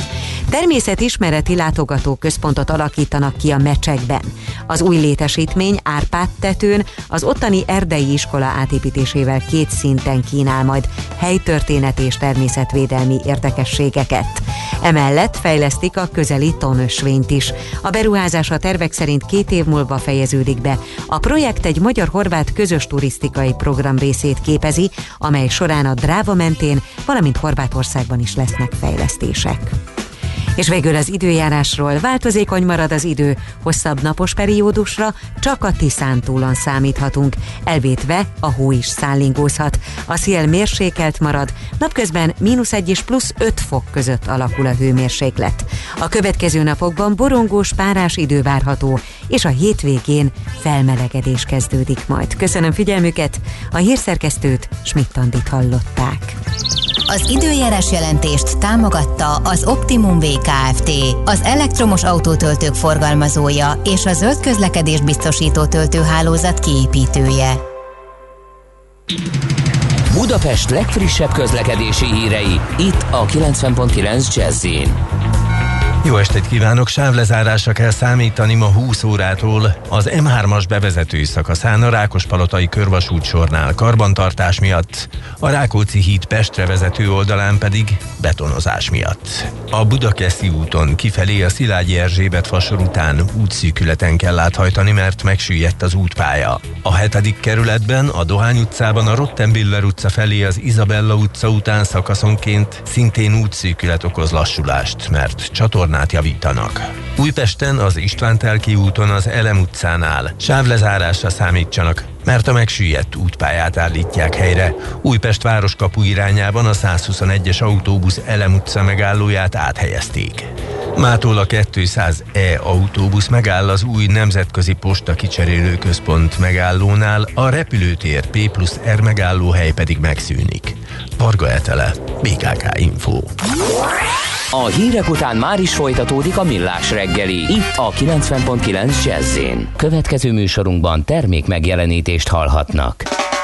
Természetismereti látogatóközpontot alakítanak ki a Mecsekben. Az új létesítmény Árpád tetőn az ottani erdei iskola átépítésével két szinten kínál majd helytörténet és természetvédelmi érdekességeket. Emellett fejlesztik a közeli tonösvényt is. A beruházás a tervek szerint két év múlva fejeződik be. A projekt egy magyar-horvát közös turisztikai program részét képezi, amely során a Dráva mentén, valamint Horvátországban is lesznek fejlesztések. És végül az időjárásról. Változékony marad az idő, hosszabb napos periódusra csak a Tiszántúlon számíthatunk, elvétve a hó is szállingózhat. A szél mérsékelt marad, napközben mínusz egy és plusz öt fok között alakul a hőmérséklet. A következő napokban borongós, párás idő várható, és a hétvégén felmelegedés kezdődik majd. Köszönöm figyelmüket, a hírszerkesztőt, Schmidt-Andit hallották. Az időjárás jelentést támogatta az Optimum vé Kft., az elektromos autótöltők forgalmazója és a zöld közlekedés biztosító töltőhálózat kiépítője. Budapest legfrissebb közlekedési hírei, itt a kilencven pont kilenc Jazz-in. Jó estét kívánok! Sávlezárásra kell számítani ma húsz órától az em hármas bevezető szakaszán a Rákospalotai körvasút sornál karbantartás miatt, a Rákóczi híd Pestre vezető oldalán pedig betonozás miatt. A Budakeszi úton kifelé a Szilágyi Erzsébet fasor után útszűkületen kell áthajtani, mert megsüllyedt az útpálya. A hetedik kerületben, a Dohány utcában a Rottenbiller utca felé az Izabella utca után szakaszonként szintén útszűkület okoz lassulást, mert csatornát javítanak. Újpesten az István-Telki úton az Elem utcánál sávlezárásra számítsanak, mert a megsüllyedt útpályát állítják helyre. Újpest városkapu irányában a százhuszonegyes autóbusz Elem utca megállóját áthelyezték. Mától a kétszáz E autóbusz megáll az új Nemzetközi Posta Kicserélő Központ megállónál, a repülőtér P plusz R megállóhely pedig megszűnik. Varga Etele, bé ká ká Info. A hírek után már is folytatódik a Millás reggeli, itt a kilencven pont kilenc Jazz-in. Következő műsorunkban termék megjelenítést hallhatnak.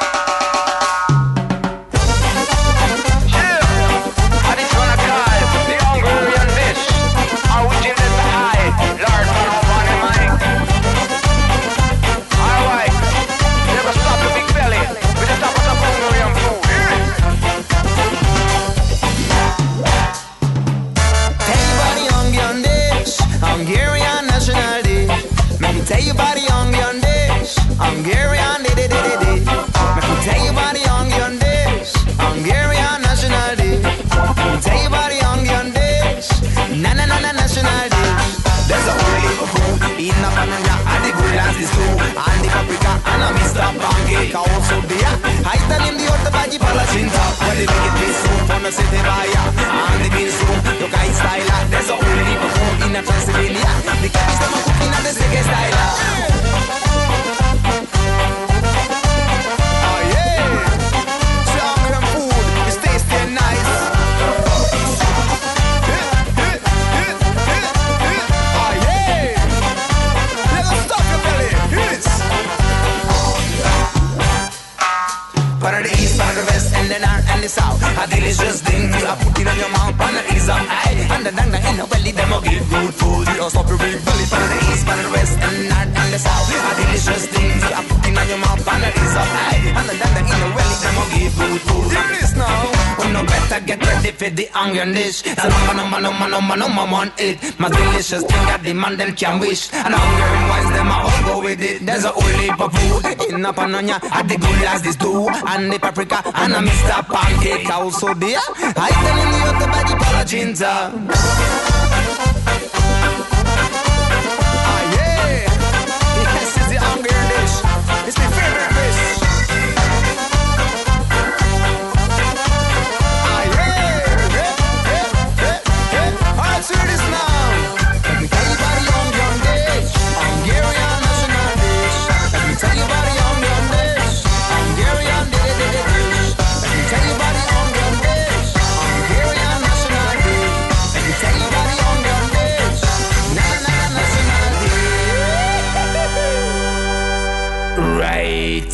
Tell you about the Hungarian dish, Hungarian day, day, day, day, day. Make me tell you about the Hungarian dish, Hungarian national dish. Make me tell you about the Hungarian dish, na na na na national dish. There's a whole heap of food in the banana and the good as is too, and the paprika and a Mister Pancake also there. I tell him the other bagi palacinta, where they make it this soup on the city via, and the bean soup, you guys style. There's a whole heap of food in the Pennsylvania, the catch them a cooking at the second style. the south. A delicious thing you are putting on your mouth. And the ease of eye. And the dang in the belly, them will give good food. You stop your big belly. For the east, for the west, and the north, and the south. A delicious thing you are putting on your mouth. And the ease of eye. And the dang in the belly, them will give good food. Hear this now. We no better get ready for the onion dish. It's a number, number, number, number, number one it. My delicious thing that the man them can wish. And hunger and wise, them I all go with it. There's a whole heap of food in a pananya. At the good as this too. And the paprika and a Mister Pancake also there. I tell him the other body palacinta. Ah yeah, this is the hunger dish. It's my favorite dish. Ah yeah, yeah, yeah, yeah, yeah. Alright, so this now. Let me tell you about the hunger dish, Hungarian national dish. Let me tell you about the hunger dish, Hungarian dish. Let me tell you about the hunger dish, Hungarian national dish. Let me tell you about the hunger dish, na na national dish. Right.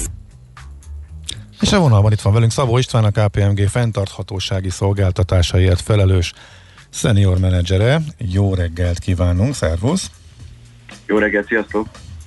És a vonalban itt van velünk Szabó István, a ká pé em gé fenntarthatósági szolgáltatásaiért felelős senior menedzsere. Jó reggelt kívánunk, szervusz! Jó reggelt, sziasztok!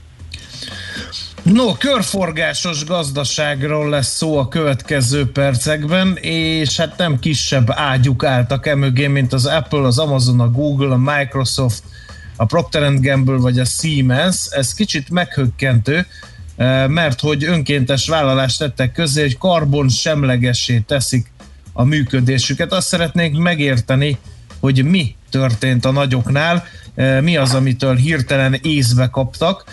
No, körforgásos gazdaságról lesz szó a következő percekben, és hát nem kisebb ágyuk álltak emögé, mint az Apple, az Amazon, a Google, a Microsoft, a Procter and Gamble vagy a Siemens. Ez kicsit meghökkentő, mert hogy önkéntes vállalást tettek közé, hogy karbon semlegessé teszik a működésüket. Azt szeretnénk megérteni, hogy mi történt a nagyoknál, mi az, amitől hirtelen észbe kaptak.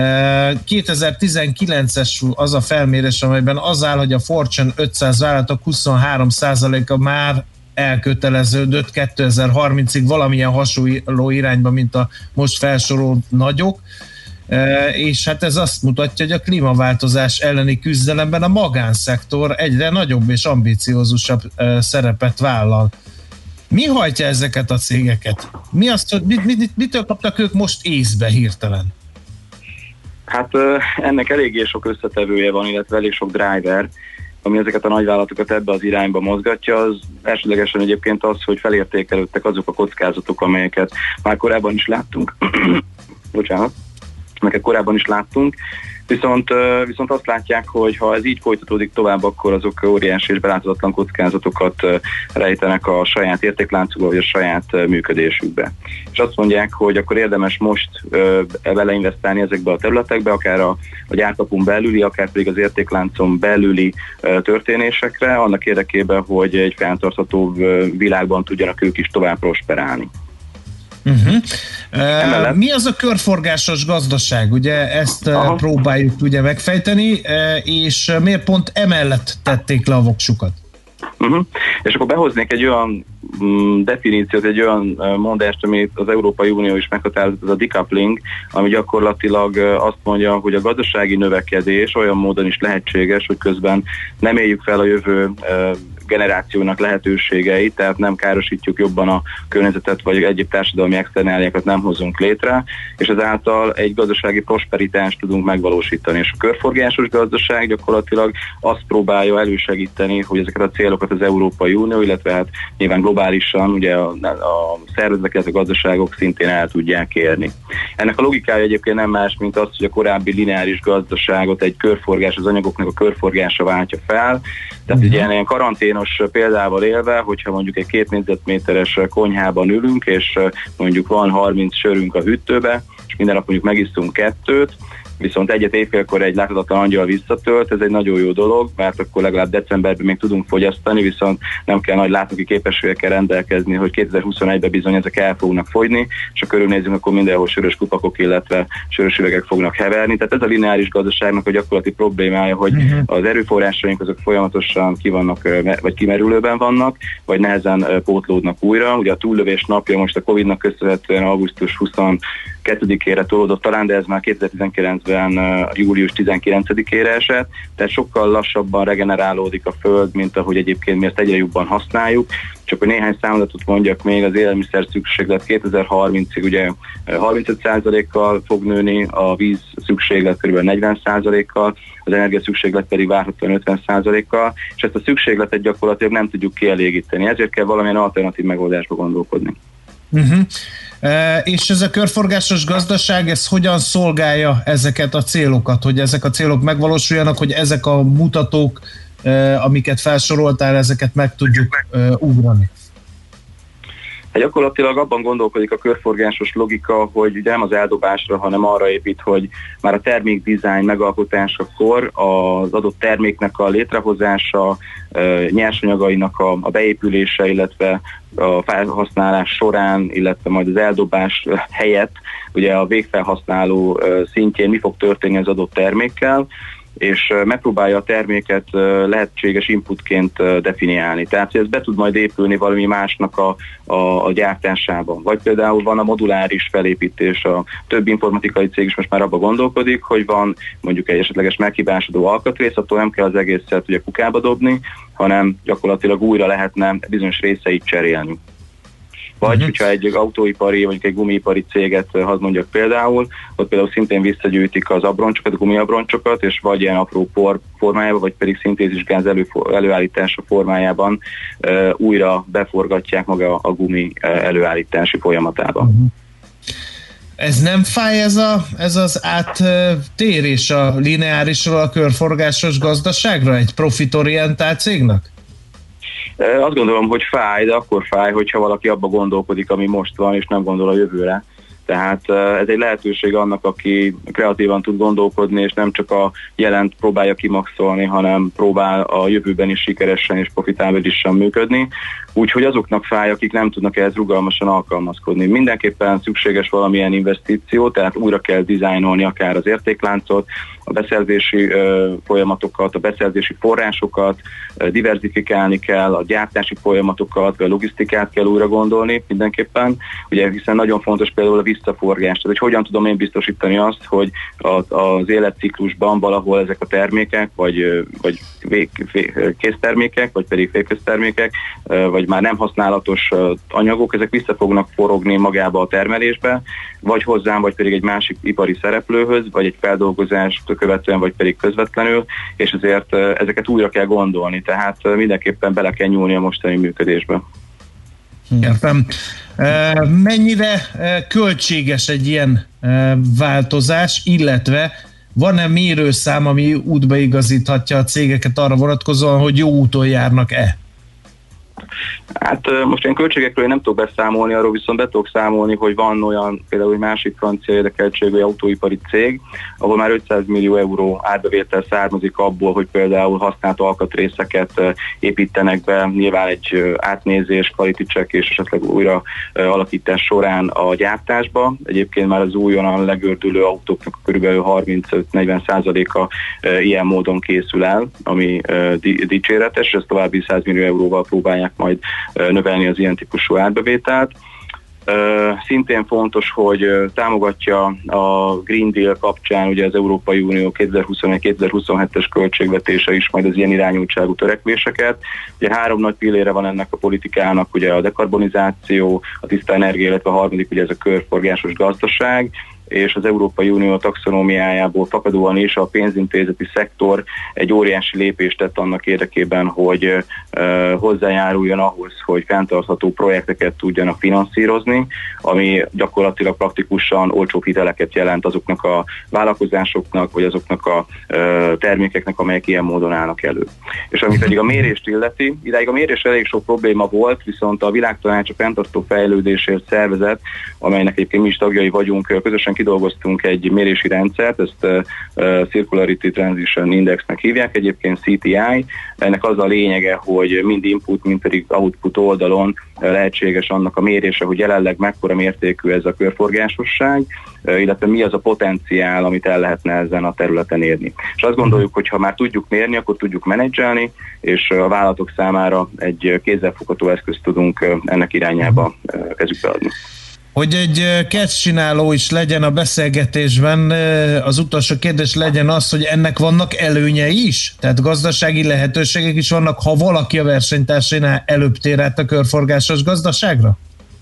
kétezer-tizenkilences az a felmérés, amelyben az áll, hogy a Fortune ötszáz vállalatok huszonhárom százaléka már elköteleződött kétezer-harmincig valamilyen hasonló irányba, mint a most felsorolt nagyok, és hát ez azt mutatja, hogy a klímaváltozás elleni küzdelemben a magánszektor egyre nagyobb és ambiciózusabb szerepet vállal. Mi hajtja ezeket a cégeket? Mi azt, hogy mit, mit, mitől kaptak ők most észbe hirtelen? Hát ennek eléggé sok összetevője van, illetve elég sok driver, ami ezeket a nagyvállalatokat ebbe az irányba mozgatja. Az elsődlegesen egyébként az, hogy felértékelődtek azok a kockázatok, amelyeket már korábban is láttunk. Bocsánat. Amelyeket korábban is láttunk. Viszont, viszont azt látják, hogy ha ez így folytatódik tovább, akkor azok óriási és beláthatatlan kockázatokat rejtenek a saját értékláncukba, vagy a saját működésükbe. És azt mondják, hogy akkor érdemes most beleinvestálni ezekbe a területekbe, akár a, a gyárkapun belüli, akár pedig az értékláncon belüli történésekre, annak érdekében, hogy egy fenntartható világban tudjanak ők is tovább prosperálni. Uh-huh. Uh, mi az a körforgásos gazdaság? Ugye ezt uh, próbáljuk ugye megfejteni, uh, és miért pont emellett tették le a voksukat? Uh-huh. És akkor behoznék egy olyan um, definíciót, egy olyan uh, mondást, amit az Európai Unió is meghatározott, ez a decoupling, ami gyakorlatilag uh, azt mondja, hogy a gazdasági növekedés olyan módon is lehetséges, hogy közben nem éljük fel a jövő uh, generációnak lehetőségeit, tehát nem károsítjuk jobban a környezetet, vagy egyéb társadalmi externáliákat nem hozunk létre, és ezáltal egy gazdasági prosperitást tudunk megvalósítani. És a körforgásos gazdaság gyakorlatilag azt próbálja elősegíteni, hogy ezeket a célokat az Európai Unió, illetve hát nyilván globálisan ugye a, a szervezetek, ezek a gazdaságok szintén el tudják érni. Ennek a logikája egyébként nem más, mint az, hogy a korábbi lineáris gazdaságot egy körforgás, az anyagoknak a körforgása váltja fel. Tehát ugye ilyen karanténos példával élve, hogyha mondjuk egy két négyzetméteres konyhában ülünk, és mondjuk van harminc sörünk a hűtőbe, és minden nap mondjuk megisztunk kettőt, viszont egyet éjfélkor egy láthatatlan angyal visszatölt, ez egy nagyon jó dolog, mert akkor legalább decemberben még tudunk fogyasztani, viszont nem kell nagy látóki képességekkel rendelkezni, hogy kétezer-huszonegyben bizony ezek el fognak fogyni, és ha körülnézünk, akkor mindenhol sörös kupakok, illetve sörös üvegek fognak heverni. Tehát ez a lineáris gazdaságnak a gyakorlati problémája, hogy uh-huh. az erőforrásaink azok folyamatosan ki vannak, vagy kimerülőben vannak, vagy nehezen pótlódnak újra. Ugye a túllövés napja most a Covidnak köszönhetően augusztus huszonkettedikére tolódott talán, de ez már kétezer-tizenkilencben július tizenkilencedikére esett, tehát sokkal lassabban regenerálódik a Föld, mint ahogy egyébként mi ezt egyre jobban használjuk. Csak hogy néhány számadatot mondjak még, az élelmiszer szükséglet kétezer-harmincig ugye harmincöt százalékkal fog nőni, a víz szükséglet kb. negyven százalékkal, az energia szükséglet pedig várhatóan ötven százalékkal, és ezt a szükségletet gyakorlatilag nem tudjuk kielégíteni, ezért kell valamilyen alternatív megoldásba gondolkodni. Uh-huh. E, és ez a körforgásos gazdaság, ez hogyan szolgálja ezeket a célokat, hogy ezek a célok megvalósuljanak, hogy ezek a mutatók, e, amiket felsoroltál, ezeket meg tudjuk e, ugrani? Gyakorlatilag abban gondolkodik a körforgásos logika, hogy ugye nem az eldobásra, hanem arra épít, hogy már a termék dizájn megalkotásakor az adott terméknek a létrehozása, nyersanyagainak a, a beépülése, illetve a felhasználás során, illetve majd az eldobás helyett ugye a végfelhasználó szintjén mi fog történni az adott termékkel, és megpróbálja a terméket lehetséges inputként definiálni. Tehát, hogy ez be tud majd épülni valami másnak a, a, a gyártásában. Vagy például van a moduláris felépítés, a több informatikai cég is most már abban gondolkodik, hogy van mondjuk egy esetleges meghibásodó alkatrész, attól nem kell az egészet ugye kukába dobni, hanem gyakorlatilag újra lehetne bizonyos részeit cserélni. Vagy uh-huh. hogyha egy autóipari, vagy egy gumiipari céget, hadd mondjak például, ott például szintén visszagyűjtik az abroncsokat, a gumiabroncsokat, és vagy ilyen apró por formájában, vagy pedig szintézisgáz elő, előállítása formájában uh, újra beforgatják maga a gumi uh, előállítási folyamatába. Uh-huh. Ez nem fáj ez, a, ez az áttérés a lineárisról a körforgásos gazdaságra egy profitorientált cégnek? Azt gondolom, hogy fáj, de akkor fáj, hogyha valaki abba gondolkodik, ami most van, és nem gondol a jövőre. Tehát ez egy lehetőség annak, aki kreatívan tud gondolkodni, és nem csak a jelent próbálja kimaxolni, hanem próbál a jövőben is sikeresen és profitábilisan működni. Úgyhogy azoknak fáj, akik nem tudnak ehhez rugalmasan alkalmazkodni. Mindenképpen szükséges valamilyen investíció, tehát újra kell dizájnolni akár az értékláncot, a beszerzési ö, folyamatokat, a beszerzési forrásokat, ö, diverzifikálni kell, a gyártási folyamatokat, a logisztikát kell újra gondolni mindenképpen, ugye hiszen nagyon fontos például a visszaforgás, tehát hogy hogyan tudom én biztosítani azt, hogy a, az életciklusban valahol ezek a termékek, vagy, vagy vég, vég, késztermékek, vagy pedig félkésztermékek, vagy már nem használatos anyagok, ezek vissza fognak forogni magába a termelésbe, vagy hozzám, vagy pedig egy másik ipari szereplőhöz, vagy egy feldolgozást követően, vagy pedig közvetlenül, és ezért ezeket újra kell gondolni, tehát mindenképpen bele kell nyúlni a mostani működésbe. Értem. Mennyire költséges egy ilyen változás, illetve van-e mérőszám, ami útbaigazíthatja a cégeket arra vonatkozóan, hogy jó úton járnak-e? Hát most én költségekről nem tudok beszámolni, arról viszont be tudok számolni, hogy van olyan például egy másik francia érdekeltségű autóipari cég, ahol már ötszáz millió euró árbevétel származik abból, hogy például használt alkatrészeket építenek be, nyilván egy átnézés, quality check és esetleg újra alakítás során a gyártásba. Egyébként már az újonnan legördülő autóknak kb. harmincöt-negyven százaléka ilyen módon készül el, ami dicséretes, és ezt további száz millió euróval próbálják majd növelni az ilyen típusú árbevételt. Szintén fontos, hogy támogatja a Green Deal kapcsán ugye az Európai Unió kétezer-huszonegy-kétezer-huszonhetes költségvetése is majd az ilyen irányultságú törekvéseket. Ugye három nagy pillére van ennek a politikának, ugye a dekarbonizáció, a tiszta energia, illetve a harmadik ugye ez a körforgásos gazdaság, és az Európai Unió taxonómiájából fakadóan is a pénzintézeti szektor egy óriási lépést tett annak érdekében, hogy uh, hozzájáruljon ahhoz, hogy fenntartható projekteket tudjanak finanszírozni, ami gyakorlatilag praktikusan olcsóbb hiteleket jelent azoknak a vállalkozásoknak, vagy azoknak a uh, termékeknek, amelyek ilyen módon állnak elő. És ami pedig a mérést illeti, idáig a mérés elég sok probléma volt, viszont a Világtanács a fenntartható fejlődésért szervezet, amelynek egyébként mi is tagjai vagyunk, közösen kidolgoztunk egy mérési rendszert, ezt uh, Circularity Transition Indexnek hívják, egyébként C T I. Ennek az a lényege, hogy mind input, mind pedig output oldalon lehetséges annak a mérése, hogy jelenleg mekkora mértékű ez a körforgásosság, illetve mi az a potenciál, amit el lehetne ezen a területen érni. És azt gondoljuk, hogy ha már tudjuk mérni, akkor tudjuk menedzselni, és a vállalatok számára egy kézzelfogható eszközt tudunk ennek irányába kezükbe adni. Hogy egy catch-csináló is legyen a beszélgetésben, az utolsó kérdés legyen az, hogy ennek vannak előnyei is? Tehát gazdasági lehetőségek is vannak, ha valaki a versenytársainál előbb tér át a körforgásos gazdaságra?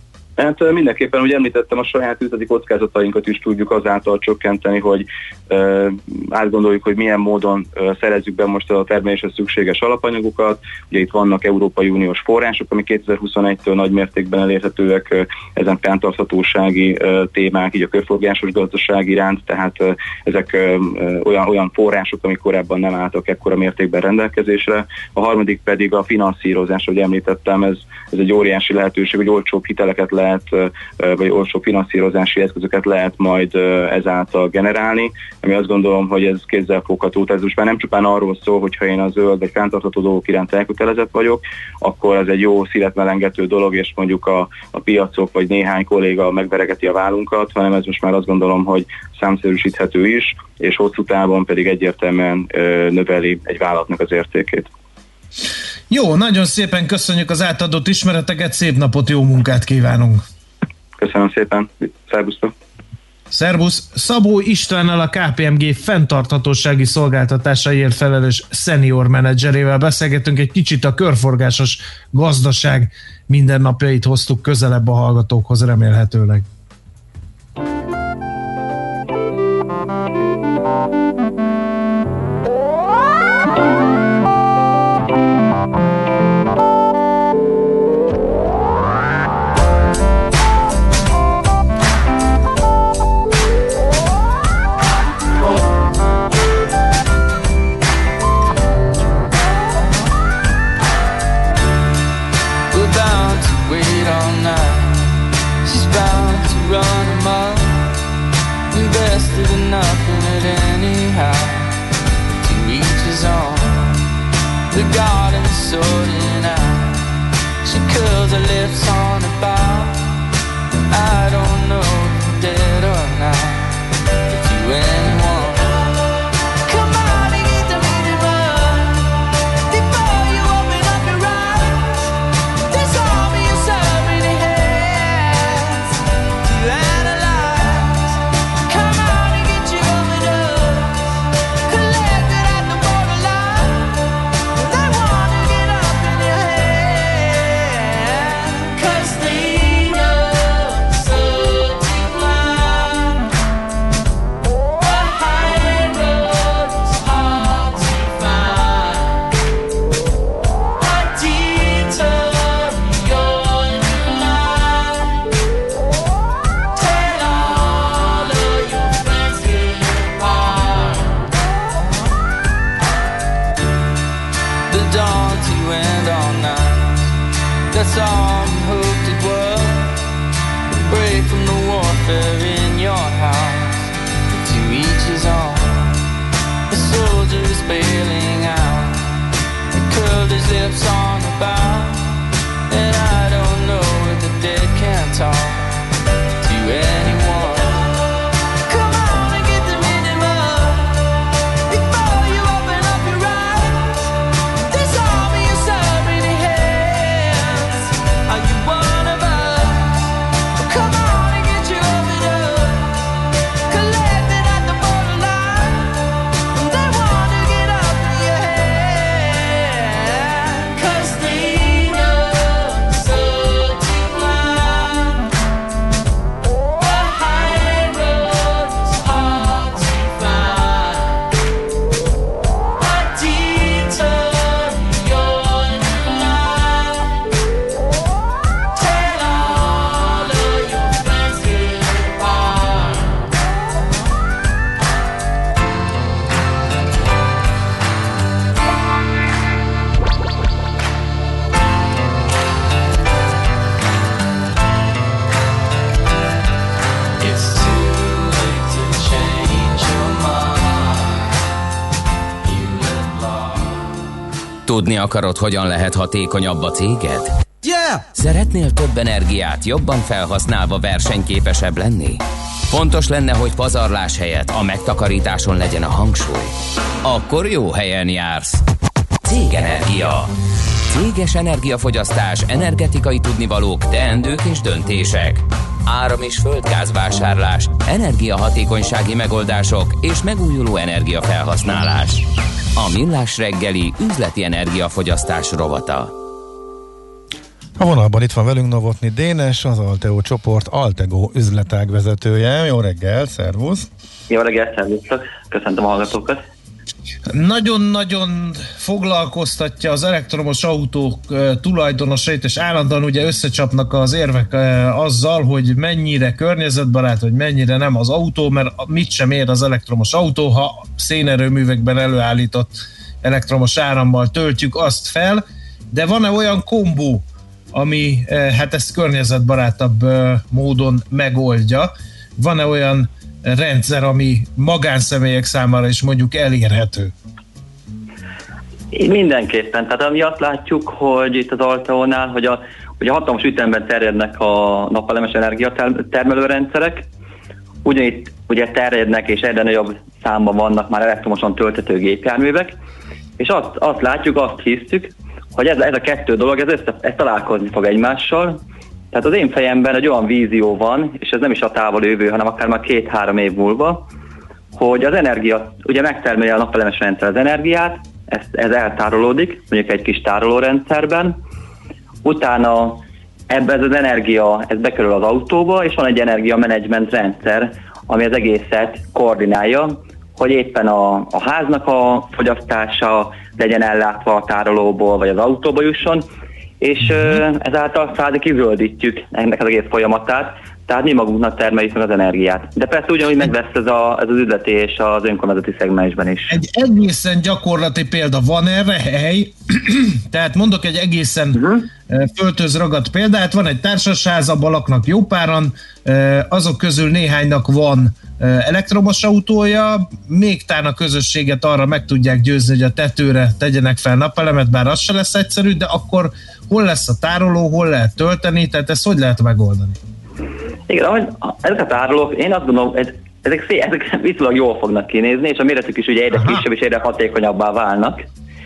Hát mindenképpen, ugye említettem, a saját üzleti kockázatainkat is tudjuk azáltal csökkenteni, hogy uh, átgondoljuk, hogy milyen módon uh, szerezzük be most a termeléshez szükséges alapanyagokat. Ugye itt vannak Európai Uniós források, amik kétezer-huszonegytől nagy mértékben elérhetőek uh, ezen fenntarthatósági uh, témák, így a körforgásos gazdaság iránt, tehát uh, ezek uh, olyan, olyan források, amik korábban nem álltak ekkora mértékben rendelkezésre. A harmadik pedig a finanszírozás, ahogy említettem, ez, ez egy óriási lehetőség, hogy olcsóbb hiteleket lehet lehet, vagy olcsó finanszírozási eszközöket lehet majd ezáltal generálni, ami azt gondolom, hogy ez kézzelfogható. Tehát most már nem csupán arról szól, hogyha én a zöld vagy fenntartható dolgok iránt elkötelezett vagyok, akkor ez egy jó szívetmelengető dolog, és mondjuk a, a piacok vagy néhány kolléga megveregeti a vállunkat, hanem ez most már azt gondolom, hogy számszerűsíthető is, és hosszú távon pedig egyértelműen ö, növeli egy vállalatnak az értékét. Jó, nagyon szépen köszönjük az átadott ismereteket, szép napot, jó munkát kívánunk! Köszönöm szépen, szervusztok! Szervusz! Szabó Istvánnal, a ká pé em gé fenntarthatósági szolgáltatásaiért felelős senior menedzserével beszélgetünk egy kicsit a körforgásos gazdaság mindennapjait hoztuk közelebb a hallgatókhoz remélhetőleg. Tudni akarod, hogyan lehet hatékonyabb a céged? Yeah! Szeretnél több energiát jobban felhasználva versenyképesebb lenni? Fontos lenne, hogy pazarlás helyett a megtakarításon legyen a hangsúly. Akkor jó helyen jársz. Cégenergia. Céges energiafogyasztás, energetikai tudnivalók, teendők és döntések. Áram- és földgázvásárlás, energiahatékonysági megoldások és megújuló energiafelhasználás. A Millás reggeli üzleti energiafogyasztás rovata. A vonalban itt van velünk Novotny Dénes, az Alteo csoport Altego üzletág vezetője. Jó reggel, szervusz! Jó reggel, szervusztok! Köszöntöm a hallgatókat! Nagyon-nagyon foglalkoztatja az elektromos autók tulajdonosait, és állandóan ugye összecsapnak az érvek azzal, hogy mennyire környezetbarát, hogy mennyire nem az autó, mert mit sem ér az elektromos autó, ha szénerőművekben előállított elektromos árammal töltjük azt fel, de van-e olyan kombó, ami hát ezt környezetbarátabb módon megoldja? Van-e olyan rendszer, ami magánszemélyek számára is mondjuk elérhető? Mindenképpen. Tehát mi azt látjuk, hogy itt az Alteónál, hogy a, hogy a hatalmas ütemben terjednek a napelemes energiatermelő rendszerek, ugyanitt ugye terjednek és egyre nagyobb számban vannak már elektromosan tölthető gépjárművek, és azt, azt látjuk, azt hisztük, hogy ez, ez a kettő dolog, ez, össze, ez találkozni fog egymással. Tehát az én fejemben egy olyan vízió van, és ez nem is a távol jövő, hanem akár már két-három év múlva, hogy az energia, ugye megtermeli a napelemes rendszer az energiát, ez, ez eltárolódik, mondjuk egy kis tárolórendszerben, utána ebbe ez az energia, ez bekerül az autóba, és van egy energiamenedzsment rendszer, ami az egészet koordinálja, hogy éppen a, a háznak a fogyasztása legyen ellátva a tárolóból, vagy az autóba jusson, és uh, ezáltal kvázi kizöldítjük ennek az egész folyamatát, tehát mi magunknak termeljük meg az energiát. De persze ugyanúgy meg lesz ez, a, ez az üzleti és az önkormányzati szegmensben is. Egy egészen gyakorlati példa van erre, hely, tehát mondok egy egészen uh-huh. földhöz ragadt példát, van egy társasház, abban laknak jó páran, azok közül néhánynak van elektromos autója, még tán a közösséget arra meg tudják győzni, hogy a tetőre tegyenek fel napelemet, bár az se lesz egyszerű, de akkor hol lesz a tároló, hol lehet tölteni, tehát ezt hogy lehet megoldani? Igen, ahogy ezek a tárolók, én azt gondolom, ez, ezek, szé, ezek viszonylag jól fognak kinézni, és a méretük is ugye egyre Aha. kisebb és egyre hatékonyabbá válnak.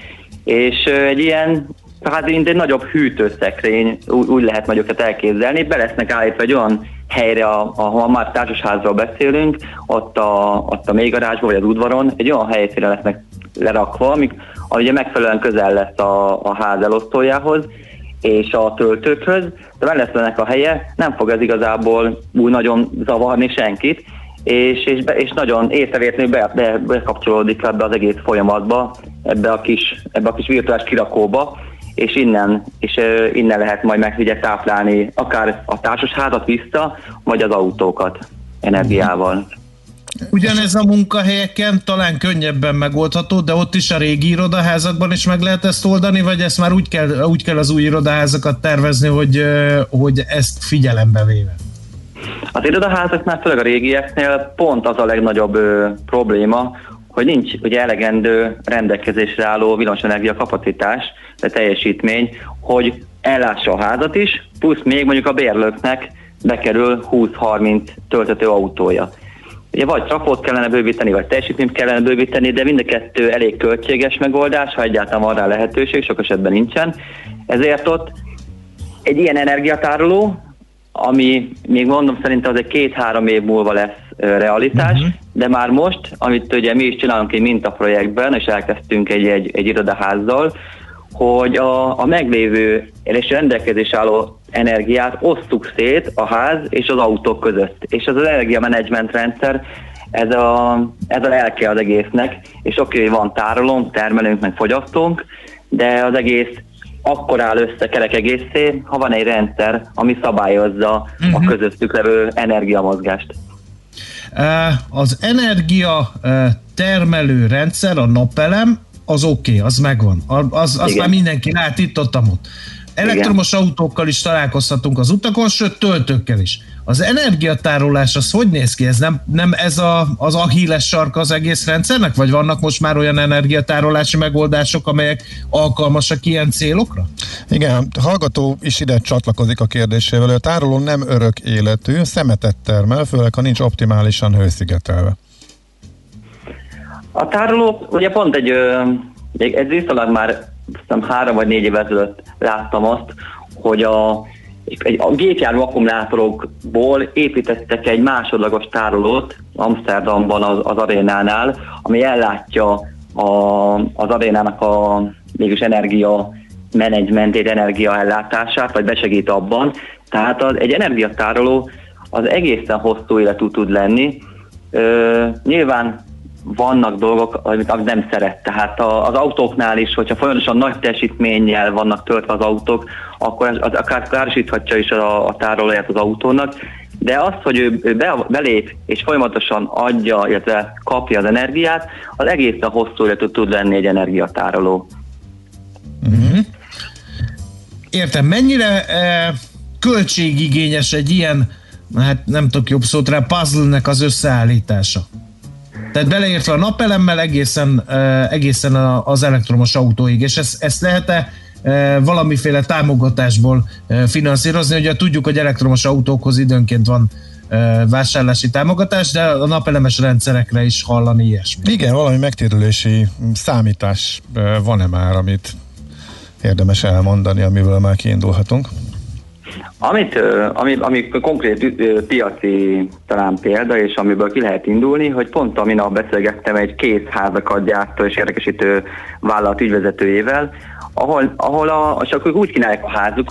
És egy ilyen, hát egy nagyobb hűtőszekrény, úgy, úgy lehet majd őket elképzelni, be lesznek állítva egy olyan helyre, ahol már társasházról beszélünk, ott a, ott a mélygarázsban vagy az udvaron, egy olyan helyszínre lesznek lerakva, amik, ami ugye megfelelően közel lesz a, a ház elosztójához, és a töltőkhöz, de meg lesz ennek a helye, nem fog ez igazából úgy nagyon zavarni senkit, és, és, be, és nagyon észrevétlenül be, be, bekapcsolódik ebbe az egész folyamatba, ebbe a kis, ebbe a kis virtuális kirakóba, és innen, és uh, innen lehet majd meg ugye táplálni akár a társasházat vissza, vagy az autókat energiával. Ugyanez a munkahelyeken talán könnyebben megoldható, de ott is a régi irodaházakban is meg lehet ezt oldani, vagy ezt már úgy kell, úgy kell az új irodaházakat tervezni, hogy, hogy ezt figyelembe véve? Az irodaházaknál, főleg a régieknél pont az a legnagyobb ö, probléma, hogy nincs ugye elegendő rendelkezésre álló villamosenergia kapacitás, de teljesítmény, hogy ellássa a házat is, plusz még mondjuk a bérlőknek bekerül húsz-harminc töltető autója. Ugye vagy trafót kellene bővíteni, vagy teljesítményt kellene bővíteni, de mind a kettő elég költséges megoldás, ha egyáltalán van rá lehetőség, sok esetben nincsen. Ezért ott egy ilyen energiatároló, ami még mondom szerintem az egy két-három év múlva lesz realitás, uh-huh. de már most, amit ugye mi is csinálunk egy mintaprojektben, és elkezdtünk egy, egy, egy irodaházzal, hogy a, a meglévő és rendelkezés álló energiát osztuk szét a ház és az autók között. És ez az energiamenedzsment rendszer, ez a, ez a lelke az egésznek, és oké, hogy van tárolónk, termelőnk, meg fogyasztónk, de az egész akkor áll össze kerek egészé, ha van egy rendszer, ami szabályozza uh-huh. a közöttük levő energiamozgást. Az energia termelő rendszer, a napelem, az oké, okay, az megvan. Az, az már mindenki lát itt, ott, ott. Elektromos Igen. autókkal is találkozhatunk az utakon, sőt töltőkkel is. Az energiatárolás az hogy néz ki? Ez nem, nem ez a, az Achilles sarka az egész rendszernek? Vagy vannak most már olyan energiatárolási megoldások, amelyek alkalmasak ilyen célokra? Igen, a hallgató is ide csatlakozik a kérdésével. A tároló nem örök életű, szemetet termel, főleg ha nincs optimálisan hőszigetelve. A tároló, ugye pont egy, egy, egy viszonylag már hiszem, három vagy négy évvel ezelőtt láttam azt, hogy a, egy, a gépjármű akkumulátorokból építettek egy másodlagos tárolót Amsterdamban az, az arénánál, ami ellátja a, az arénának a mégis energia menedzsmentét, energiaellátását, vagy besegít abban. Tehát az, egy energiatároló az egészen hosszú életű tud lenni. Ö, nyilván vannak dolgok, amit nem szeret. Tehát az autóknál is, hogyha folyamatosan nagy teljesítménnyel vannak töltve az autók, akkor az akár károsíthatja is a, a tárolóját az autónak, de az, hogy ő, ő be, belép és folyamatosan adja, illetve kapja az energiát, az egészen hosszú életű tud lenni egy energiatároló. Uh-huh. Értem, mennyire eh, költségigényes egy ilyen, hát nem tudok jobb szót rá, puzzle-nek az összeállítása? Tehát beleértve a napelemmel egészen, uh, egészen a, az elektromos autóig, és ezt, ezt lehet-e uh, valamiféle támogatásból uh, finanszírozni? Ugye tudjuk, hogy elektromos autókhoz időnként van uh, vásárlási támogatás, de a napelemes rendszerekre is hallani ilyesmi. Igen, valami megtérülési számítás uh, van-e már, amit érdemes elmondani, amiből már kiindulhatunk? Amit, ami, ami konkrét piaci talán példa, és amiből ki lehet indulni, hogy pont aminap beszélgettem egy kézházakat gyártó és érdekesítő vállalat ügyvezetőjével, ahol, ahol a, csak úgy kínálják a házukat,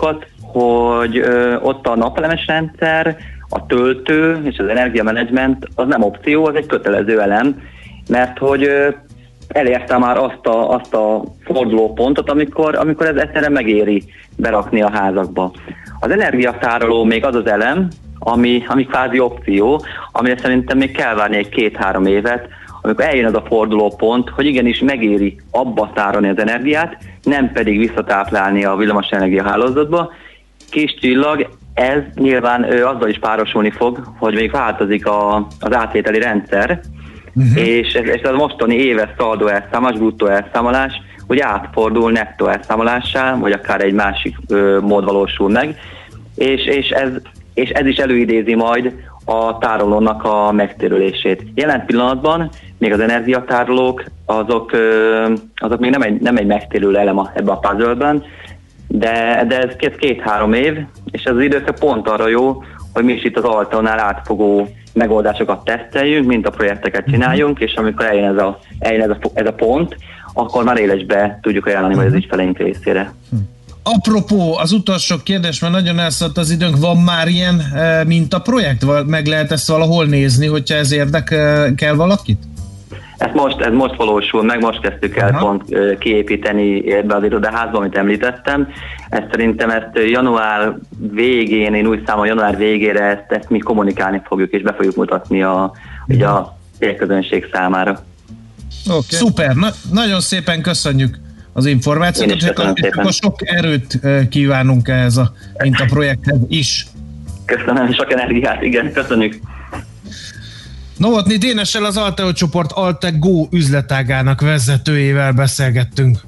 hogy ö, ott a napelemes rendszer, a töltő és az energiamenedzsment az nem opció, az egy kötelező elem, mert hogy ö, elérte már azt a, azt a fordulópontot, amikor, amikor ez egyszerűen megéri berakni a házakba. Az energiatároló még az az elem, ami, ami kvázi opció, amire szerintem még kell várni egy két-három évet, amikor eljön az a fordulópont, hogy igenis megéri abba tárolni az energiát, nem pedig visszatáplálni a villamosenergia hálózatba. Kis csillag, ez nyilván ö, azzal is párosulni fog, hogy még változik a, az átvételi rendszer, uh-huh. és, ez, és az mostani éves szaldó elszámolás, bruttó elszámolás, hogy átfordul nettó elszámolássá, vagy akár egy másik ö, mód valósul meg, és, és, ez, és ez is előidézi majd a tárolónak a megtérülését. Jelen pillanatban még az energiatárolók, azok, ö, azok még nem egy, nem egy megtérülő elem ebben a puzzle-ben, de, de ez két-három év, és ez az időszak pont arra jó, hogy mi is itt az Alteónál átfogó megoldásokat teszteljünk, mint a projekteket csináljunk, és amikor eljön ez a, eljön ez a, ez a pont, akkor már élesbe tudjuk ajánlani majd az ügyfeleink részére. Apropó, az utolsó kérdés, mert nagyon elszállt az időnk, van már ilyen e, mintaprojekt? Meg lehet ezt valahol nézni, hogyha ez érdekel valakit? Ez most, ez most valósul meg, most kezdtük el Aha. pont uh, kiépíteni ebbe az irodaházba, amit említettem. Ezt szerintem ezt január végén, én úgy számolom, január végére ezt, ezt mi kommunikálni fogjuk, és be fogjuk mutatni a, ugye a célközönség számára. Okay. Szuper, Na, nagyon szépen köszönjük az információt, és akkor sok erőt kívánunk ehhez a mintaprojekthez is. Köszönöm, sok energiát, igen, köszönjük. Novotny Dénessel, az Alteo csoport Altego üzletágának vezetőjével beszélgettünk.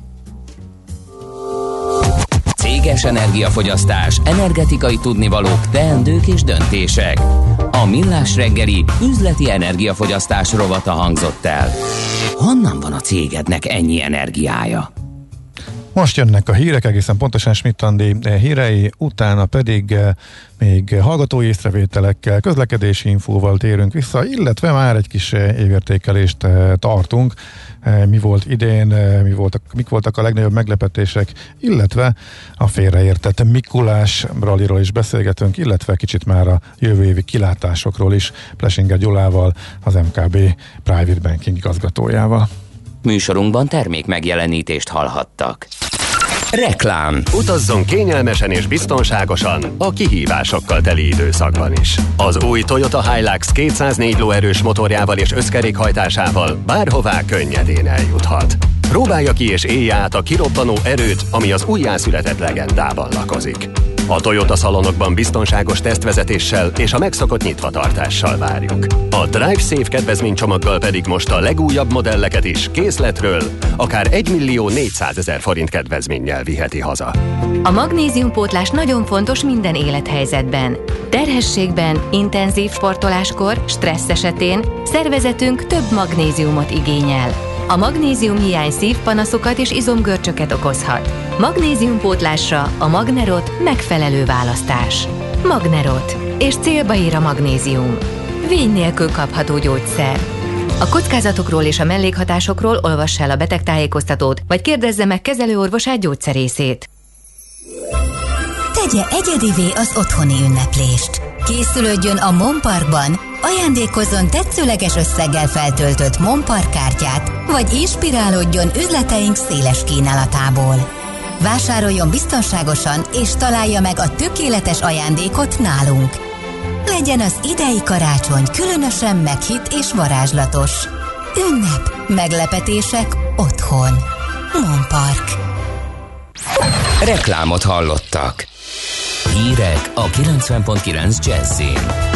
Céges energiafogyasztás, energetikai tudnivalók, teendők és döntések. A Millás reggeli üzleti energiafogyasztás rovata hangzott el. Honnan van a cégednek ennyi energiája? Most jönnek a hírek, egészen pontosan Schmidt Andi hírei, utána pedig még hallgatói észrevételekkel, közlekedési infóval térünk vissza, illetve már egy kis évértékelést tartunk. Mi volt idén, mi voltak, mik voltak a legnagyobb meglepetések, illetve a félreértett Mikulás ralliról is beszélgetünk, illetve kicsit már a jövő évi kilátásokról is Plesinger Gyulával, az em ká bé Private Banking igazgatójával. Műsorunkban termék megjelenítést hallhattak. Reklám. Utazzon kényelmesen és biztonságosan a kihívásokkal teli időszakban is. Az új Toyota Hilux kétszáznégy lóerős motorjával és összkerékhajtásával bárhová könnyedén eljuthat. Próbálja ki és élje át a kirobbanó erőt, ami az újjászületett legendában lakozik. A Toyota szalonokban biztonságos tesztvezetéssel és a megszokott nyitvatartással várjuk. A Drive Safe kedvezménycsomaggal pedig most a legújabb modelleket is készletről akár egymillió négyszázezer forint kedvezménnyel viheti haza. A magnéziumpótlás nagyon fontos minden élethelyzetben. Terhességben, intenzív sportoláskor, stressz esetén szervezetünk több magnéziumot igényel. A magnézium hiány szívpanaszokat és izomgörcsöket okozhat. Magnéziumpótlásra a Magnerot megfelelő választás. Magnerot. És célba ér a magnézium. Vény nélkül kapható gyógyszer. A kockázatokról és a mellékhatásokról olvass el a betegtájékoztatót, vagy kérdezze meg kezelőorvosát, gyógyszerészét. Tegye egyedivé az otthoni ünneplést. Készülődjön a Mon Parkban, ajándékozzon tetszőleges összeggel feltöltött Mon Park kártyát, vagy inspirálódjon üzleteink széles kínálatából. Vásároljon biztonságosan és találja meg a tökéletes ajándékot nálunk. Legyen az idei karácsony különösen meghitt és varázslatos. Ünnep, meglepetések otthon. Mon Park. Reklámot hallottak. Hírek a kilencven pont kilenc Jazzin.